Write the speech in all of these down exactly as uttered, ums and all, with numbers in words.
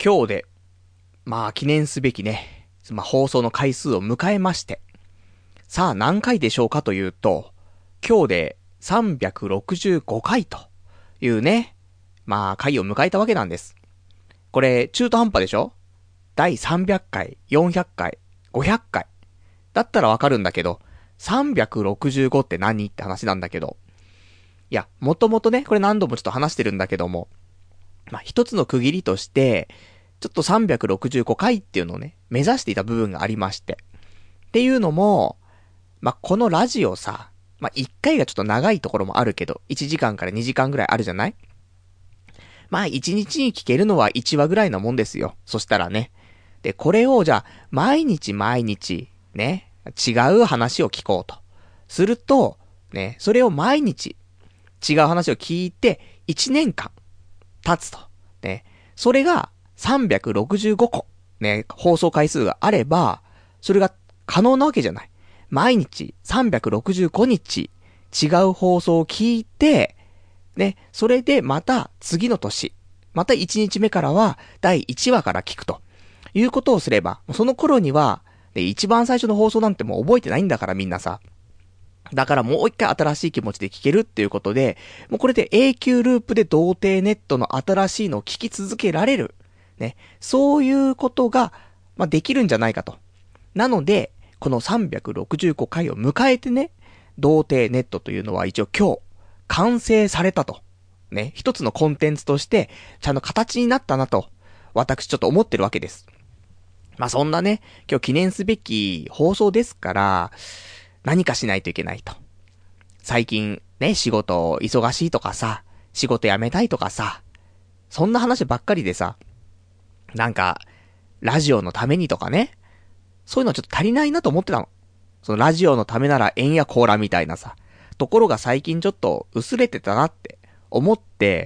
今日で、まあ記念すべきね、まあ放送の回数を迎えまして、さあ何回でしょうかというと、今日でさんびゃくろくじゅうごかいというね、まあ回を迎えたわけなんです。これ中途半端でしょ？だいさんびゃっかい、よんひゃっかい、ごひゃっかい。だったらわかるんだけど、さんびゃくろくじゅうごって何って話なんだけど。いや、もともとね、これ何度もちょっと話してるんだけども、まあ一つの区切りとして、ちょっとさんびゃくろくじゅうごかいっていうのをね、目指していた部分がありまして。っていうのも、まあこのラジオさ、まあいっかいがちょっと長いところもあるけど、いちじかんからにじかんぐらいあるじゃない？まあいちにちに聞けるのはいちわぐらいのもんですよ。そしたらね。で、これをじゃあ、毎日毎日、ね、違う話を聞こうと。すると、ね、それを毎日、違う話を聞いて、いちねんかん、経つと。ね、それがさんびゃくろくじゅうごこ、ね、放送回数があれば、それが可能なわけじゃない。毎日さんびゃくろくじゅうごにち、違う放送を聞いて、ね、それでまた次の年、またいちにちめからはだいいちわから聞くということをすれば、その頃には、ね、一番最初の放送なんてもう覚えてないんだからみんなさ。だからもう一回新しい気持ちで聞けるっていうことで、もうこれで永久ループで童貞ネットの新しいのを聞き続けられる。ね。そういうことが、まあ、できるんじゃないかと。なので、このさんびゃくろくじゅうごかいを迎えてね、童貞ネットというのは一応今日、完成されたと。ね。一つのコンテンツとして、ちゃんと形になったなと、私ちょっと思ってるわけです。まあ、そんなね、今日記念すべき放送ですから、何かしないといけないと。最近ね、仕事忙しいとかさ、仕事辞めたいとかさ、そんな話ばっかりでさ、なんか、ラジオのためにとかね、そういうのちょっと足りないなと思ってたの。そのラジオのためなら円やコーラみたいなさ、ところが最近ちょっと薄れてたなって思って、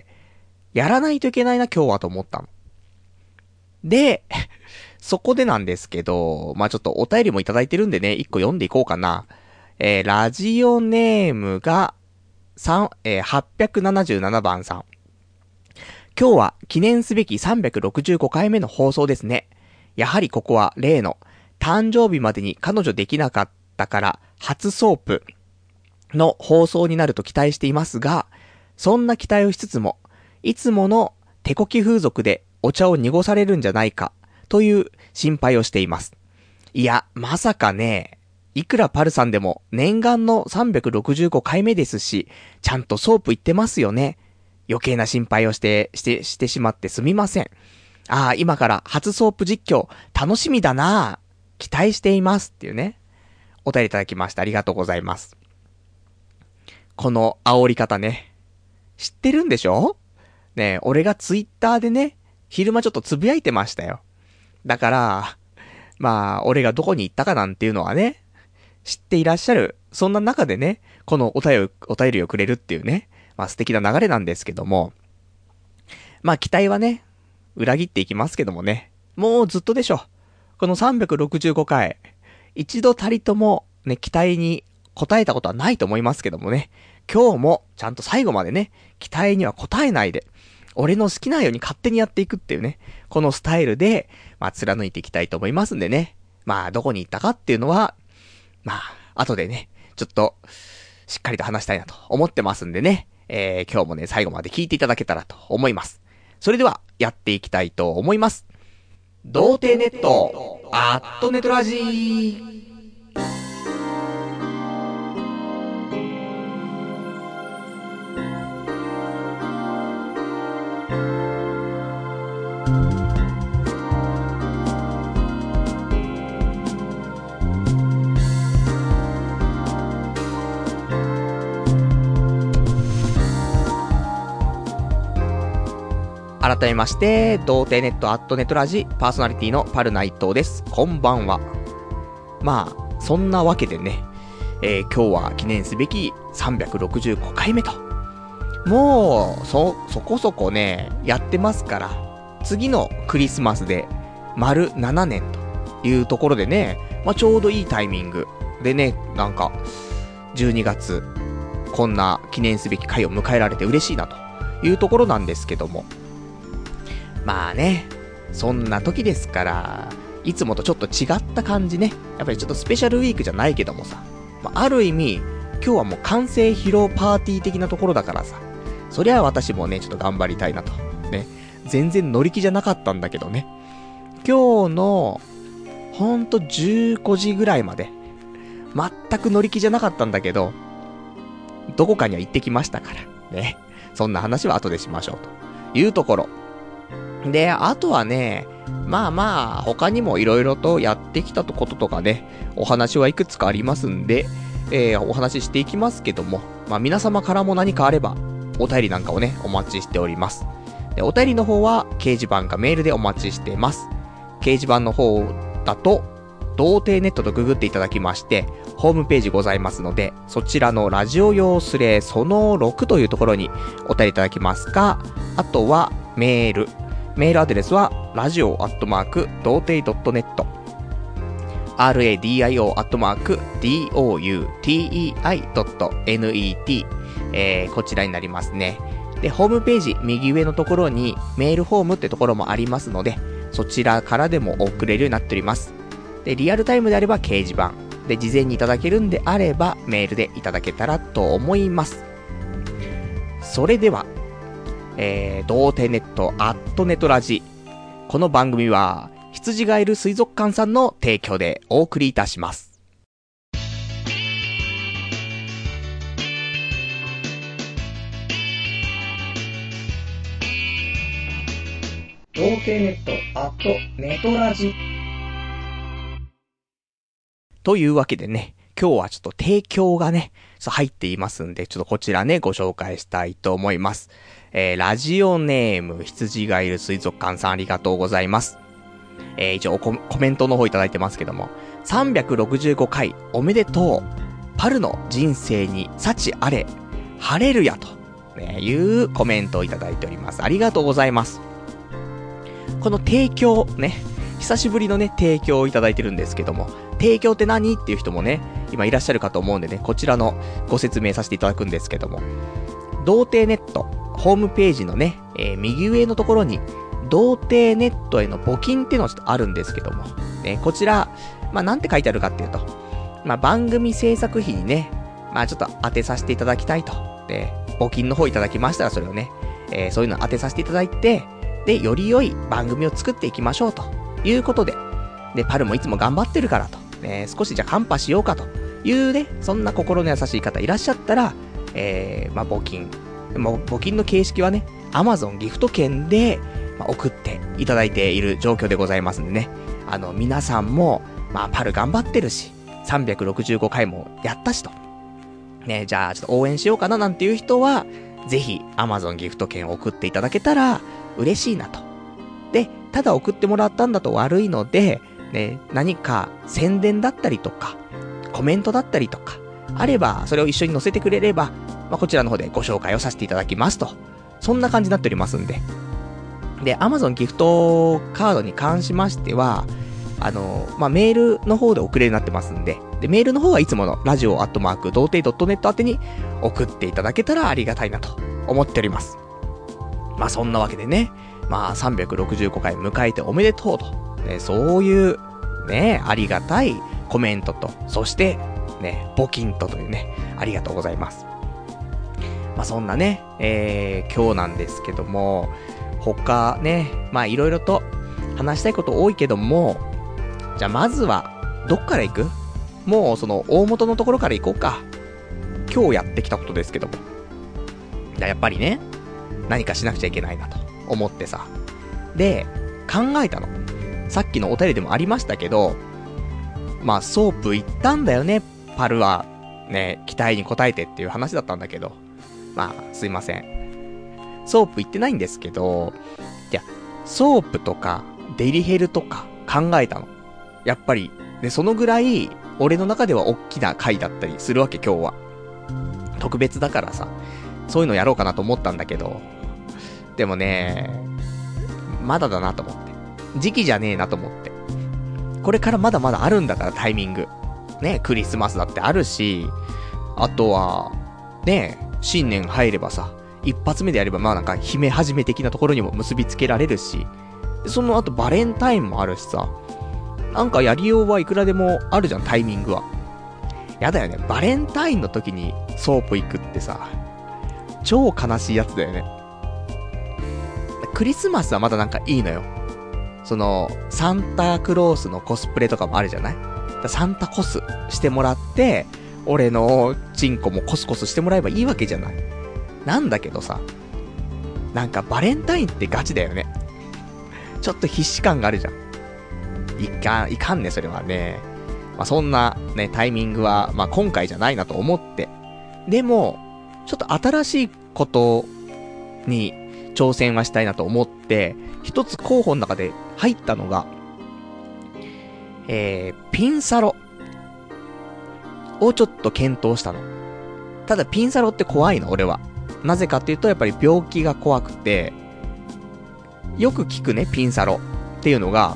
やらないといけないな今日はと思ったの。で、そこでなんですけど、まあちょっとお便りもいただいてるんでね、一個読んでいこうかな。えー、ラジオネームが、三、えー、はっぴゃくななじゅうななばんさん。今日は記念すべきさんびゃくろくじゅうごかいめの放送ですね。やはりここは例の、誕生日までに彼女できなかったから、初ソープの放送になると期待していますが、そんな期待をしつつも、いつもの手こき風俗でお茶を濁されるんじゃないか、という心配をしています。いや、まさかね、いくらパルさんでも念願のさんびゃくろくじゅうごかいめですし、ちゃんとソープ行ってますよね。余計な心配をして、して、してしまってすみません。ああ、今から初ソープ実況楽しみだなぁ。期待していますっていうね。お便りいただきました。ありがとうございます。この煽り方ね。知ってるんでしょ？ねえ、俺がツイッターでね、昼間ちょっとつぶやいてましたよ。だから、まあ、俺がどこに行ったかなんていうのはね、知っていらっしゃる。そんな中でね、このお便り、お便りをくれるっていうね、まあ素敵な流れなんですけども、まあ期待はね、裏切っていきますけどもね、もうずっとでしょ。このさんびゃくろくじゅうごかい、一度たりともね、期待に応えたことはないと思いますけどもね、今日もちゃんと最後までね、期待には応えないで、俺の好きなように勝手にやっていくっていうね、このスタイルで、まあ貫いていきたいと思いますんでね、まあどこに行ったかっていうのは、まあ、後でね、ちょっと、しっかりと話したいなと思ってますんでね、えー、今日もね、最後まで聞いていただけたらと思います。それでは、やっていきたいと思います。童貞ネット、アットネトラジー。改めまして、童貞ネットアットネットラジパーソナリティのパルナイトです。こんばんは。まあ、そんなわけでね、えー、今日は記念すべきさんびゃくろくじゅうごかいめと。もう、そ、そこそこね、やってますから、次のクリスマスで丸ななねんというところでね、まあちょうどいいタイミングでね、なんか、じゅうにがつ、こんな記念すべき回を迎えられて嬉しいなというところなんですけども、まあね、 そんな時ですから、いつもとちょっと違った感じね。やっぱりちょっとスペシャルウィークじゃないけどもさ、まあ、ある意味、今日はもう完成披露パーティー的なところだからさ、そりゃ私もね、ちょっと頑張りたいなと。ね。全然乗り気じゃなかったんだけどね。今日の、ほんとじゅうごじぐらいまで、全く乗り気じゃなかったんだけど、どこかには行ってきましたから。ね。そんな話は後でしましょうというところ。で、あとはね、まあまあ、他にも色々とやってきたこととかね、お話はいくつかありますんで、えー、お話ししていきますけども、まあ皆様からも何かあれば、お便りなんかをね、お待ちしております。で、お便りの方は、掲示板かメールでお待ちしています。掲示板の方だと、童貞ネットとググっていただきまして、ホームページございますので、そちらのラジオ用スレそのろくというところにお便りいただきますか、あとはメール。メールアドレスは、ラジオアットマーク、童貞ドットネット。ラディオアットマーク、ドゥテイドットネット。えー、こちらになりますね。で、ホームページ右上のところにメールフォームってところもありますので、そちらからでも送れるようになっております。で、リアルタイムであれば掲示板。で、事前にいただけるんであればメールでいただけたらと思います。それでは、えー、童貞ネットアットネトラジ。この番組は、羊がいる水族館さんの提供でお送りいたします。童貞ネットアットネトラジ。というわけでね、今日はちょっと提供がね、入っていますんで、ちょっとこちらね、ご紹介したいと思います。えー、ラジオネーム、羊がいる水族館さんありがとうございます。えー、一応コ、コメントの方いただいてますけども、さんびゃくろくじゅうごかいおめでとう。パルの人生に幸あれ、晴れるやと、ね、いうコメントをいただいております。ありがとうございます。この提供ね、久しぶりのね、提供をいただいてるんですけども、提供って何っていう人もね、今いらっしゃるかと思うんでね、こちらのご説明させていただくんですけども、童貞ネット、ホームページのね、えー、右上のところに、童貞ネットへの募金っていうのがちょっとあるんですけども、ね、こちら、まあ、なんて書いてあるかっていうと、まあ、番組制作費にね、まあ、ちょっと当てさせていただきたいと。で、募金の方いただきましたら、それをね、えー、そういうの当てさせていただいて、で、より良い番組を作っていきましょうということで、で、パルもいつも頑張ってるからと、ね、少しじゃカンパしようかというね、そんな心の優しい方いらっしゃったら、えー、まあ、募金。もう募金の形式はね、Amazon ギフト券で、まあ、送っていただいている状況でございますんでね。あの、皆さんも、まあ、パル頑張ってるし、さんびゃくろくじゅうごかいもやったしと。ね、じゃあ、ちょっと応援しようかななんていう人は、ぜひ、Amazon ギフト券を送っていただけたら、嬉しいなと。で、ただ送ってもらったんだと悪いので、ね、何か宣伝だったりとか、コメントだったりとか、あれば、それを一緒に載せてくれれば、まあ、こちらの方でご紹介をさせていただきますと。そんな感じになっておりますんで。で、Amazon ギフトカードに関しましては、あの、まあ、メールの方で送れるようになってますんで、で、メールの方はいつものラジオアットマーク童貞 .net 宛てに送っていただけたらありがたいなと思っております。まあ、そんなわけでね、まあ、さんびゃくろくじゅうごかい迎えておめでとうと。ね、そういう、ね、ありがたいコメントと、そして、ね、募金とというね、ありがとうございます。まあ、そんなね、えー、今日なんですけども、他ね、まあ、いろいろと話したいこと多いけども、じゃあまずは、どっから行く？もうその大元のところから行こうか。今日やってきたことですけども。やっぱりね、何かしなくちゃいけないなと思ってさ。で、考えたの。さっきのお便りでもありましたけど、まあソープ行ったんだよね、パルは。ね、期待に応えてっていう話だったんだけど。まあ、すいません。ソープ行ってないんですけど、いや、ソープとかデリヘルとか考えたの。やっぱり、ね、そのぐらい、俺の中では大きな回だったりするわけ、今日は。特別だからさ、そういうのやろうかなと思ったんだけど、でもね、まだだなと思って。時期じゃねえなと思って。これからまだまだあるんだから、タイミング。ね、クリスマスだってあるし、あとは、ね、新年入ればさ、一発目でやればまあなんか姫始め的なところにも結びつけられるし、 でその後バレンタインもあるしさ、なんかやりようはいくらでもあるじゃん、タイミングは。やだよね、バレンタインの時にソープ行くってさ、超悲しいやつだよね。クリスマスはまだなんかいいのよ。そのサンタクロースのコスプレとかもあるじゃない。サンタコスしてもらって、俺のチンコもコスコスしてもらえばいいわけじゃない。なんだけどさ、なんかバレンタインってガチだよね。ちょっと必死感があるじゃん。いかん、いかんね、それはね。まあ、そんなね、タイミングは、まあ、今回じゃないなと思って。でも、ちょっと新しいことに挑戦はしたいなと思って、一つ候補の中で入ったのが、えー、ピンサロをちょっと検討したの。ただピンサロって怖いの、俺は。なぜかっていうと、やっぱり病気が怖くて、よく聞くね、ピンサロっていうのが、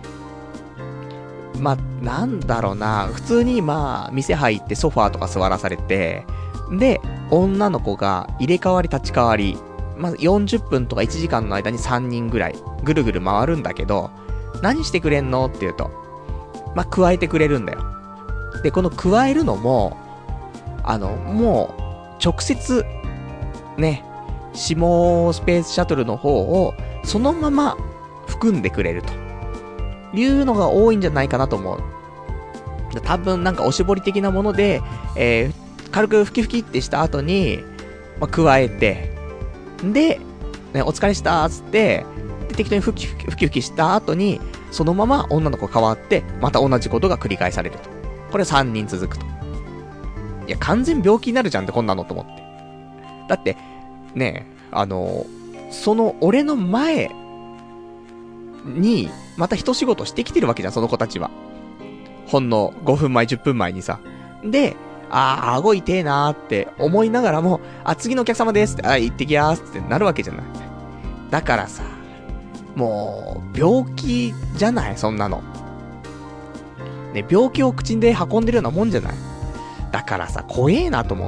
まあ、なんだろうな、普通にまあ、店入ってソファーとか座らされて、で、女の子が入れ替わり立ち替わり、まあ、よんじゅっぷんとかいちじかんの間にさんにんぐらい、ぐるぐる回るんだけど、何してくれんのっていうと、まあ、加えてくれるんだよ。で、この加えるのも、あの、もう、直接、ね、下スペースシャトルの方を、そのまま含んでくれるというのが多いんじゃないかなと思う。多分なんかおしぼり的なもので、えー、軽くふきふきってした後に、まあ、加えて、で、ね、お疲れしたーつって、で、適当にふきふきふきふきした後に、そのまま女の子変わって、また同じことが繰り返されると。これさんにん続くと。いや、完全病気になるじゃんってこんなのと思って。だって、ねえ、あの、その俺の前に、また一仕事してきてるわけじゃん、その子たちは。ほんのごふんまえ、じゅっぷんまえにさ。で、あー、顎痛えなーって思いながらも、あ、次のお客様ですって、あ、行ってきやーすってなるわけじゃない。だからさ、もう、病気じゃないそんなの。ね、病気を口で運んでるようなもんじゃない。だからさ、怖えなと思って。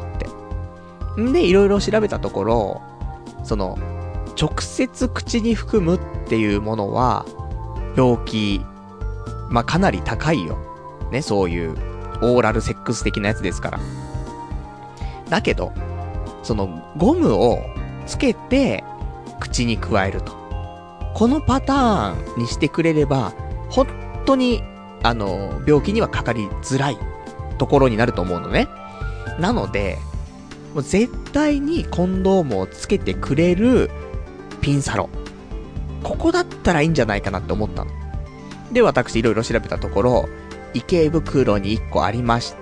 んで、いろいろ調べたところ、その、直接口に含むっていうものは、病気、まあ、かなり高いよ。ね、そういう、オーラルセックス的なやつですから。だけど、その、ゴムをつけて、口に加えると。このパターンにしてくれれば、本当に、あの、病気にはかかりづらいところになると思うのね。なので、もう絶対にコンドームをつけてくれるピンサロ。ここだったらいいんじゃないかなって思ったの。で、私いろいろ調べたところ、池袋にいっこありまして、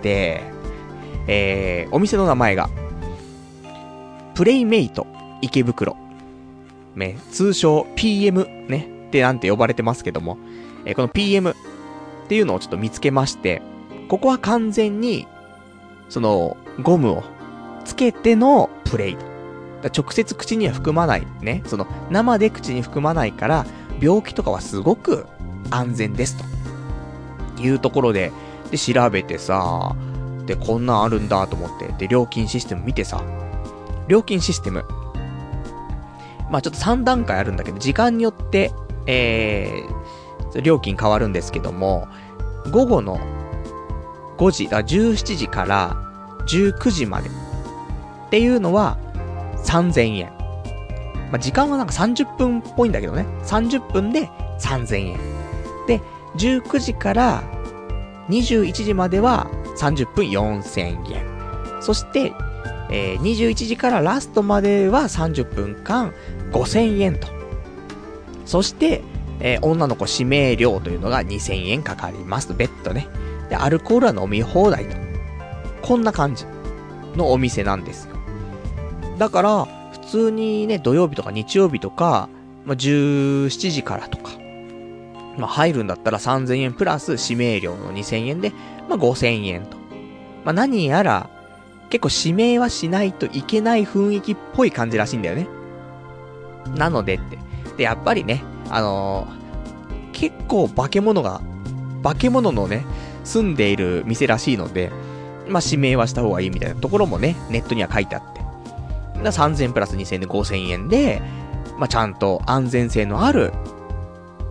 えー、お店の名前が、プレイメイト池袋。ね、通称 ピーエム ね、ってなんて呼ばれてますけども、えー、この ピーエム っていうのをちょっと見つけまして、ここは完全に、その、ゴムをつけてのプレイ。だ直接口には含まないね。その、生で口に含まないから、病気とかはすごく安全ですと。いうところで、で、調べてさ、で、こんなんあるんだと思って、で、料金システム見てさ、料金システム。まあちょっとさん段階あるんだけど、時間によって、えー、料金変わるんですけども、午後のごじ、だじゅうしちじからじゅうくじまでっていうのはさんぜんえん。まあ時間はなんかさんじゅっぷんっぽいんだけどね。さんじゅっぷんでさんぜんえん。で、じゅうくじからにじゅういちじまではさんじゅっぷんよんせんえん。そして、えー、にじゅういちじからラストまではさんじゅっぷんかんごせんえんと。そして、えー、女の子指名料というのがにせんえんかかりますと、別途ね。で、アルコールは飲み放題と。こんな感じのお店なんですよ。だから、普通にね、土曜日とか日曜日とか、まあ、じゅうしちじからとか、まあ、入るんだったらさんぜんえんプラス指名料のにせんえんで、まあ、ごせんえんと。まあ、何やら、結構指名はしないといけない雰囲気っぽい感じらしいんだよね。なのでって。で、やっぱりね、あのー、結構化け物が、化け物のね、住んでいる店らしいので、まあ、指名はした方がいいみたいなところもね、ネットには書いてあって。ださんぜんプラスにせんえんでごせんえんで、まあ、ちゃんと安全性のある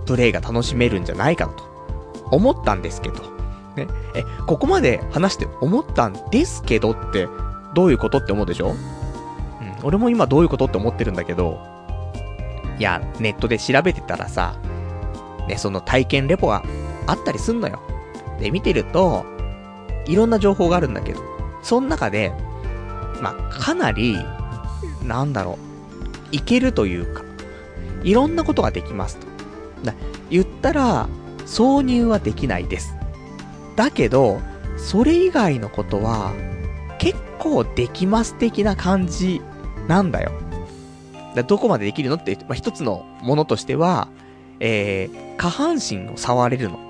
プレイが楽しめるんじゃないかなと思ったんですけど、ね、え、ここまで話して思ったんですけどってどういうことって思うでしょ？うん、俺も今どういうことって思ってるんだけど、いや、ネットで調べてたらさ、ね、その体験レポがあったりすんのよ。で、見てると、いろんな情報があるんだけど、その中で、まあ、かなり、なんだろう、いけるというか、いろんなことができますと。だ言ったら、挿入はできないです。だけど、それ以外のことは、結構できます的な感じなんだよ。だどこまでできるのって、まあ、一つのものとしては、えー、下半身を触れるの。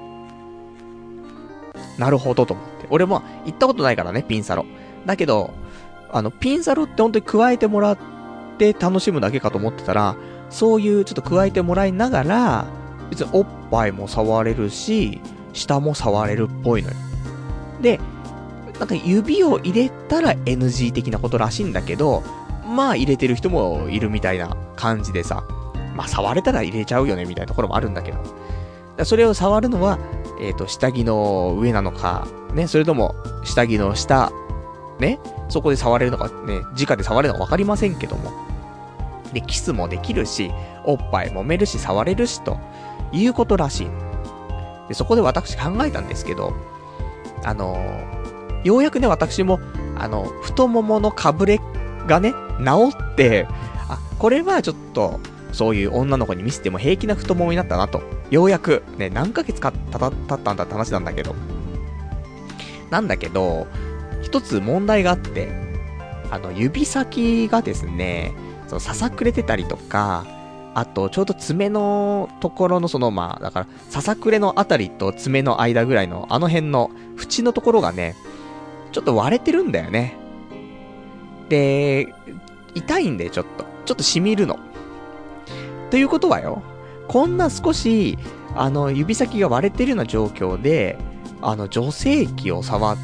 なるほどと思って。俺も行ったことないからね、ピンサロ。だけど、あの、ピンサロって本当に加えてもらって楽しむだけかと思ってたら、そういうちょっと加えてもらいながら、別におっぱいも触れるし、下も触れるっぽいのよ。で、なんか指を入れたら エヌジー 的なことらしいんだけど、まあ入れてる人もいるみたいな感じでさ、まあ触れたら入れちゃうよねみたいなところもあるんだけど、だそれを触るのは、えっと、下着の上なのか、ね、それとも下着の下、ね、そこで触れるのかね、直で触れるのかわかりませんけども。で、キスもできるし、おっぱい揉めるし、触れるし、ということらしい。で、そこで私考えたんですけど、あのー、ようやくね、私も、あの、太もものかぶれがね、治って、あ、これはちょっと、そういう女の子に見せても平気な太ももになったなと。ようやく、ね、何ヶ月かたた経ったんだって話なんだけど。なんだけど、一つ問題があって、あの、指先がですね、そのささくれてたりとか、あと、ちょうど爪のところのその、まあ、だから、ささくれのあたりと爪の間ぐらいの、あの辺の縁のところがね、ちょっと割れてるんだよね。で、痛いんで、ちょっと。ちょっと染みるの。ということはよ、こんな少し、あの、指先が割れてるような状況で、あの、女性器を触って、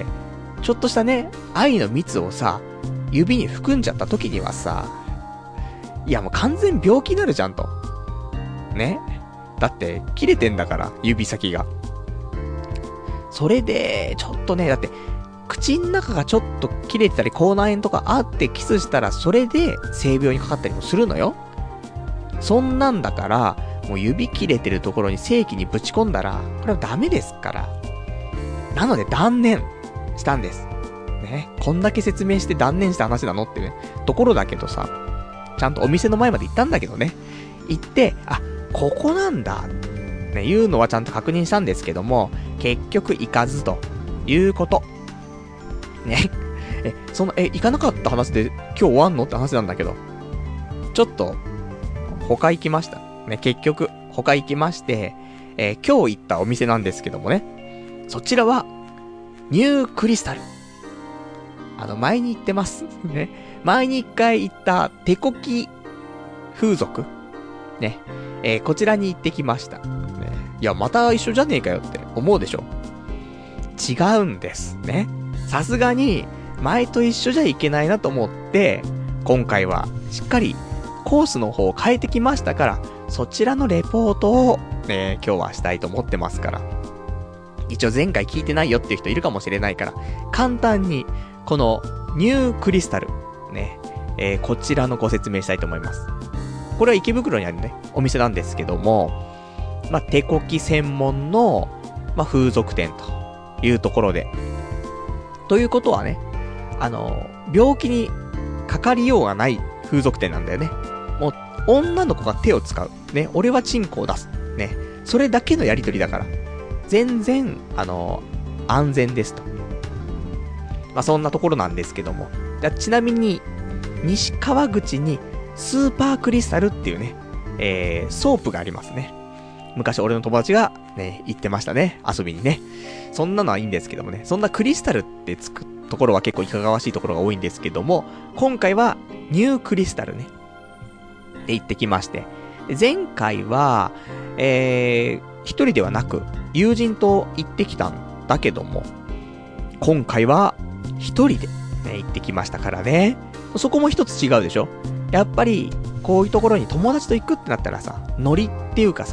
ちょっとしたね、愛の蜜をさ、指に含んじゃった時にはさ、いやもう完全病気になるじゃんと。ね？だって、切れてんだから、指先が。それで、ちょっとね、だって、口の中がちょっと切れてたり、口内炎とかあってキスしたら、それで性病にかかったりもするのよ。そんなんだから、もう指切れてるところに性器にぶち込んだら、これはダメですから。なので断念したんです。ね。こんだけ説明して断念した話なのってね、ところだけどさ、ちゃんとお店の前まで行ったんだけどね。行って、あ、ここなんだ。ね、いうのはちゃんと確認したんですけども、結局行かずということ。ね。え、その、え、行かなかった話で今日終わんのって話なんだけど、ちょっと、他行きました。ね、結局、他行きまして、えー、今日行ったお店なんですけどもね、そちらは、ニュークリスタル。あの、前に行ってます。ね。前に一回行った手こき風俗ね。えー、こちらに行ってきました。ね。いや、また一緒じゃねえかよって思うでしょ。違うんです。ね。さすがに、前と一緒じゃいけないなと思って、今回はしっかりコースの方を変えてきましたから、そちらのレポートを、ね、今日はしたいと思ってますから。一応前回聞いてないよっていう人いるかもしれないから、簡単に、このニュークリスタル、ね、えー、こちらのご説明したいと思います。これは池袋にあるね、お店なんですけども、まあ、手こき専門の、まあ、風俗店というところで。ということはね、あの、病気にかかりようがない風俗店なんだよね。もう、女の子が手を使う。ね、俺はチンコを出す。ね、それだけのやりとりだから。全然、あの、安全ですと。まあ、そんなところなんですけども。ちなみに、西川口にスーパークリスタルっていうね、えー、ソープがありますね。昔俺の友達がね、行ってましたね。遊びにね。そんなのはいいんですけどもね。そんなクリスタルってつくところは結構いかがわしいところが多いんですけども、今回はニュークリスタルね。で行ってきまして。前回は、えー、一人ではなく、友人と行ってきたんだけども、今回は一人で、ね、行ってきましたからね。そこも一つ違うでしょ。やっぱり、こういうところに友達と行くってなったらさ、ノリっていうかさ、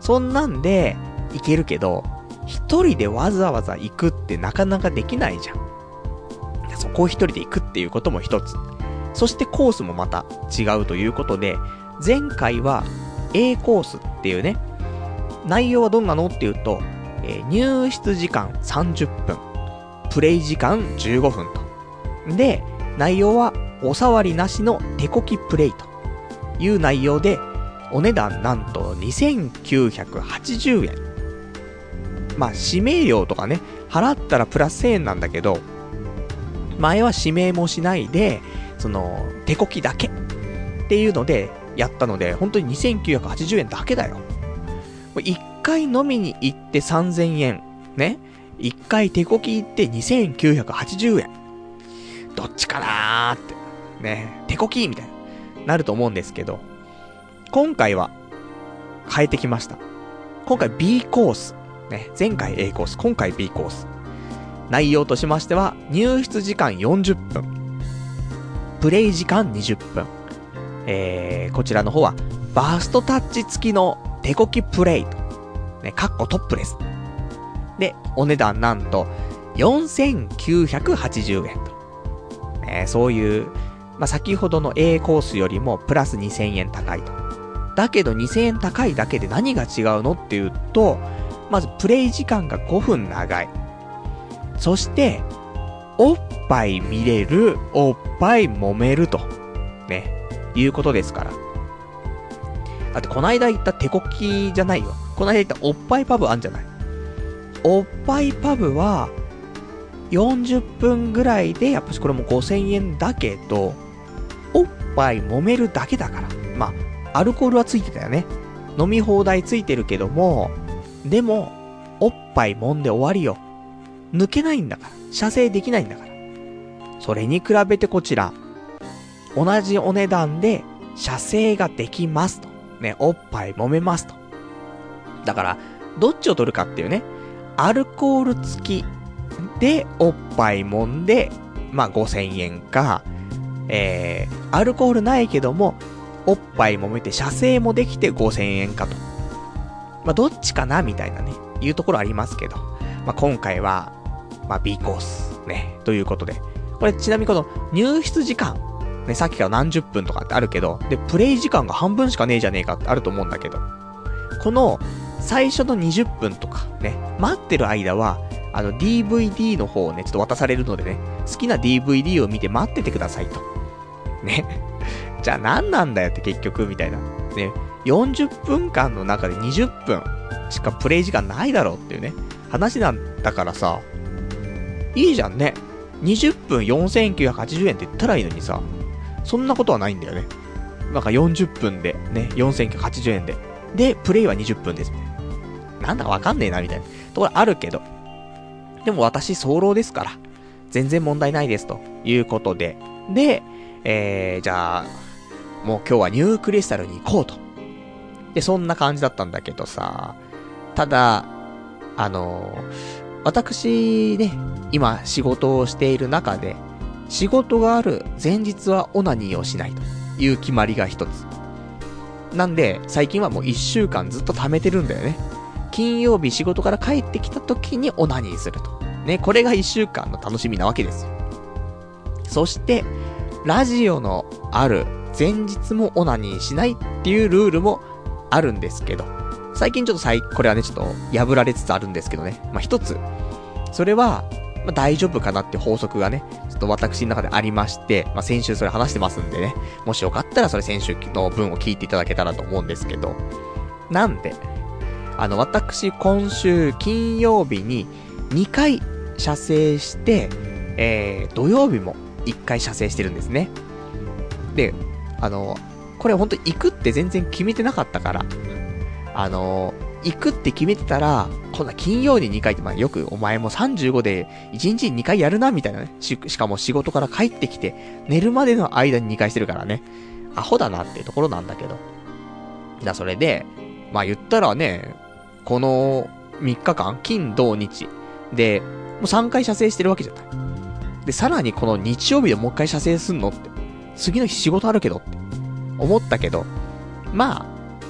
そんなんで行けるけど、一人でわざわざ行くってなかなかできないじゃん。そこを一人で行くっていうことも一つ。そしてコースもまた違うということで、前回は A コースっていうね、内容はどんなのっていうと、えー、入室時間さんじゅっぷん、プレイ時間じゅうごふんと。で、内容はお触りなしの手こきプレイという内容で、お値段なんとにせんきゅうひゃくはちじゅうえん。まあ、指名料とかね、払ったらプラスせんえんなんだけど、前は指名もしないで、その、手こきだけっていうのでやったので、本当ににせんきゅうひゃくはちじゅうえんだけだよ。一回飲みに行ってさんぜんえん。ね。一回手こき行ってにせんきゅうひゃくはちじゅうえん。どっちかなーって。ね。手こきみたいな。なると思うんですけど、今回は変えてきました。今回 B コース。ね。前回 A コース。今回 B コース。内容としましては、入室時間よんじゅっぷん。プレイ時間にじゅっぷん。えー、こちらの方は、バーストタッチ付きの手こきプレイと。ね、かっこトップです。で、お値段なんと、よんせんきゅうひゃくはちじゅうえんと。えー、そういう、まあ、先ほどの A コースよりもプラスにせんえん高いと。だけどにせんえん高いだけで何が違うのっていうと、まずプレイ時間がごふん長い。そして、おっぱい見れる、おっぱい揉めると。ね。いうことですから。だってこないだ言った手こきじゃないよ。こないだ言ったおっぱいパブあんじゃない。おっぱいパブは、よんじゅっぷんぐらいで、やっぱしこれもごせんえんだけど、おっぱい揉めるだけだから。まあ、アルコールはついてたよね。飲み放題ついてるけども、でも、おっぱい揉んで終わりよ。抜けないんだから。射精できないんだから。それに比べてこちら、同じお値段で射精ができますと。ね、おっぱい揉めますと。だから、どっちを取るかっていうね、アルコール付きでおっぱい揉んで、まあごせんえんか、えー、アルコールないけども、おっぱい揉めて射精もできてごせんえんかと。まあどっちかなみたいなね、いうところありますけど、まあ今回は、まあ B コース、ね、ということで。これちなみにこの入室時間、ね、さっきから何十分とかってあるけど、で、プレイ時間が半分しかねえじゃねえかってあると思うんだけど、この、最初のにじゅっぷんとか、ね、待ってる間は、あの、ディーブイディー の方をね、ちょっと渡されるのでね、好きな ディーブイディー を見て待っててくださいと。ね。じゃあ何なんだよって結局、みたいな。ね。よんじゅっぷんかんの中でにじゅっぷんしかプレイ時間ないだろうっていうね、話なんだからさ、いいじゃんね。にじゅっぷんよんせんきゅうひゃくはちじゅうえんって言ったらいいのにさ、そんなことはないんだよね。なんかよんじゅっぷんで、ね、よんせんきゅうひゃくはちじゅうえんで。で、プレイはにじゅっぷんです。なんだかわかんねえな、みたいなところあるけど。でも私、早漏ですから、全然問題ないです、ということで。で、えー、じゃあ、もう今日はニュークリスタルに行こうと。で、そんな感じだったんだけどさ、ただ、あのー、私ね、今仕事をしている中で、仕事がある前日はオナニーをしないという決まりが一つ。なんで、最近はもう一週間ずっと貯めてるんだよね。金曜日仕事から帰ってきた時にオナニーすると。ね、これが一週間の楽しみなわけですよ。そして、ラジオのある前日もオナニーしないっていうルールもあるんですけど、最近ちょっと最、これはね、ちょっと破られつつあるんですけどね。まあ、一つ。それは、まあ、大丈夫かなって法則がね、ちょっと私の中でありまして、まあ、先週それ話してますんでね、もしよかったらそれ先週の分を聞いていただけたらと思うんですけど、なんで、あの、私、今週金曜日ににかい射精して、えー、土曜日もいっかい射精してるんですね。で、あの、これほんと行くって全然決めてなかったから、あの、行くって決めてたら、こんな金曜ににかいって、まあよくお前もさんじゅうごでいちにちににかいやるな、みたいなね。し、しかも仕事から帰ってきて、寝るまでの間ににかいしてるからね。アホだなっていうところなんだけど。だ、それで、まあ言ったらね、このみっかかん、金、土、日で、もうさんかい射精してるわけじゃない。で、さらにこの日曜日でもう一回射精すんのって。次の日仕事あるけどって。思ったけど、まあ、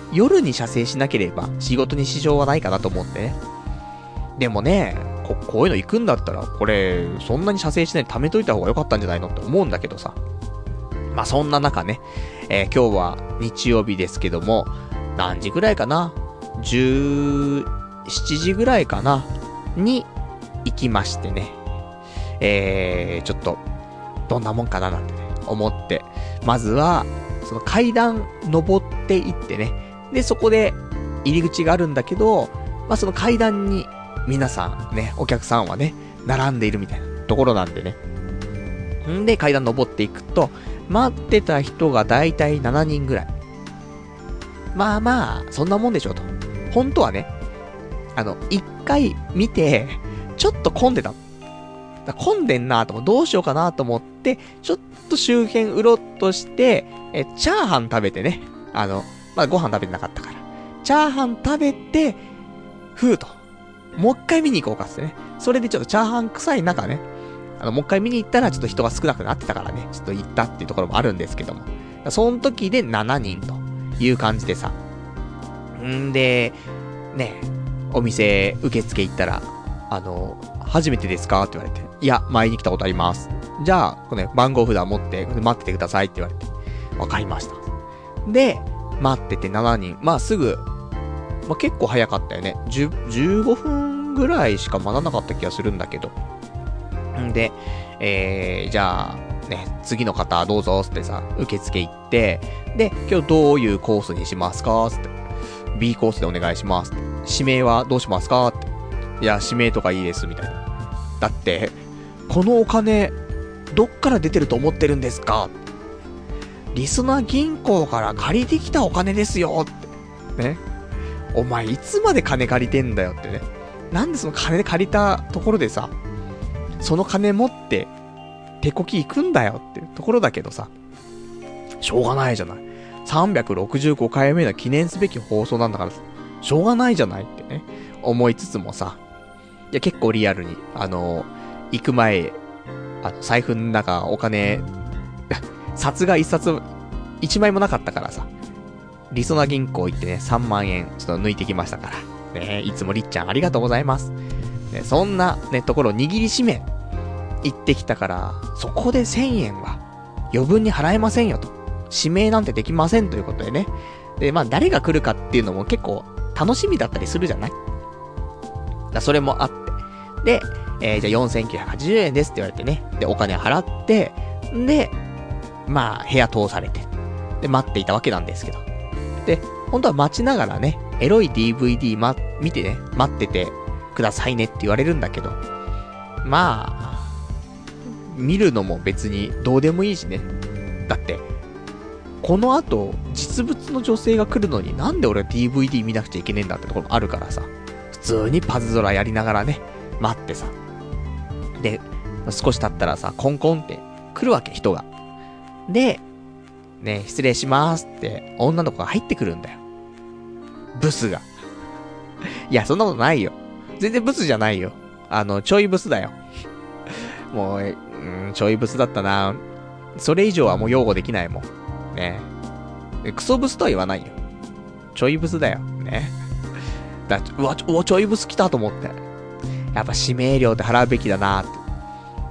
夜に射精しなければ仕事に支障はないかなと思ってね。でもね、こ, こういうの行くんだったら、これ、そんなに射精しないで貯めといた方が良かったんじゃないのって思うんだけどさ。まあそんな中ね、えー、今日は日曜日ですけども、何時ぐらいかな ?じゅうしちじぐらいかなに行きましてね。えー、ちょっと、どんなもんかななんてね、思って。まずは、その階段登っていってね。で、そこで入り口があるんだけど、まあその階段に皆さんね、お客さんはね、並んでいるみたいなところなんでね。んで、階段登っていくと、待ってた人がだいたいしちにんぐらい。まあまあ、そんなもんでしょと。本当はね、あの、一回見て、ちょっと混んでた。混んでんなと思って、どうしようかなと思って、ちょっと周辺うろっとして、え、チャーハン食べてね。あの、まだご飯食べてなかったから。チャーハン食べて、ふーと。もう一回見に行こうかっつってね。それでちょっとチャーハン臭い中ね。あの、もう一回見に行ったらちょっと人が少なくなってたからね。ちょっと行ったっていうところもあるんですけども。その時でしちにんという感じでさ。んで、ね、お店受付行ったら、あの、初めてですかって言われて。いや、前に来たことあります。じゃあ、このね、番号札持って待っててくださいって言われて。わかりました。で、待っててしちにん。まあすぐ、まあ結構早かったよね。じゅう、じゅうごふんぐらいしか待たなかった気がするんだけど。んで、えー、じゃあ、ね、次の方どうぞってさ、受付行って、で、今日どういうコースにしますかって。B コースでお願いしますって。指名はどうしますかって。いや、指名とかいいです、みたいな。だって、このお金、どっから出てると思ってるんですか？リスナー銀行から借りてきたお金ですよって。ね。お前いつまで金借りてんだよってね。なんでその金借りたところでさ、その金持って、手こき行くんだよっていうところだけどさ、しょうがないじゃない。さんびゃくろくじゅうごかいめの記念すべき放送なんだから、しょうがないじゃないってね、思いつつもさ、いや結構リアルに、あの、行く前、あの、財布の中お金、札が一冊、一枚もなかったからさ、りそな銀行行ってね、さんまんえんちょっと抜いてきましたから。ね、いつもりっちゃんありがとうございます。ね、そんなね、ところ握りしめ、行ってきたから、そこでせんえんは余分に払えませんよと。指名なんてできませんということでね。で、まあ誰が来るかっていうのも結構楽しみだったりするじゃない？だそれもあって。で、えー、じゃあよんせんきゅうひゃくはちじゅうえんですって言われてね。で、お金払って、で、まあ部屋通されて、で、待っていたわけなんですけど。で、本当は待ちながらね、エロい ディーブイディー、ま、見てね、待っててくださいねって言われるんだけど、まあ、見るのも別にどうでもいいしね。だって、この後、実物の女性が来るのになんで俺は ディーブイディー 見なくちゃいけねえんだってところもあるからさ、普通にパズドラやりながらね、待ってさ。で、少し経ったらさ、コンコンって来るわけ、人が。で、ね、失礼しますって女の子が入ってくるんだよ。ブスが。いや、そんなことないよ。全然ブスじゃないよ。あの、ちょいブスだよ。もう、うん、ちょいブスだったな。それ以上はもう擁護できないもん。ね。クソブスとは言わないよ。ちょいブスだよ。ね。だうわ、うわ、ちょいブス来たと思って。やっぱ指名料って払うべきだなって。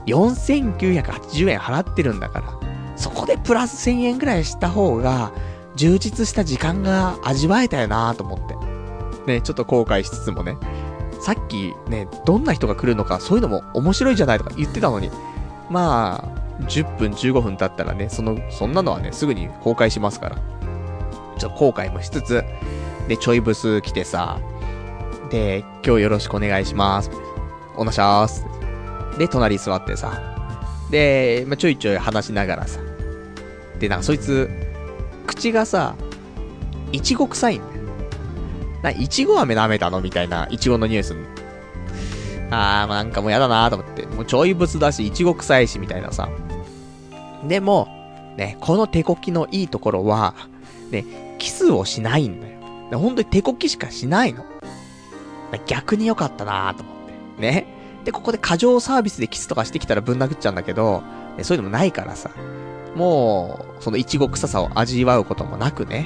よんせんきゅうひゃくはちじゅうえん払ってるんだから。そこでプラスせんえんぐらいした方が、充実した時間が味わえたよなと思って。ね、ちょっと後悔しつつもね。さっきね、どんな人が来るのか、そういうのも面白いじゃないとか言ってたのに。まあ、じゅっぷんじゅうごふん経ったらね、その、そんなのはね、すぐに崩壊しますから。ちょっと後悔もしつつ、で、ちょいブス来てさ、で、今日よろしくお願いします。おなしゃーす。で、隣座ってさ、で、まあ、ちょいちょい話しながらさ、で、なんかそいつ、口がさ、いちご臭いんだよ。な、いちご飴舐めたのみたいな、いちごのニュース。あー、まあ、なんかもうやだなーと思って。もうちょいブスだし、いちご臭いし、みたいなさ。でも、ね、この手こきのいいところは、ね、キスをしないんだよ。で本当に手こきしかしないの。逆に良かったなーと思って。ね。で、ここで過剰サービスでキスとかしてきたらぶん殴っちゃうんだけど、そういうのもないからさ。もう、そのいちご臭さを味わうこともなくね。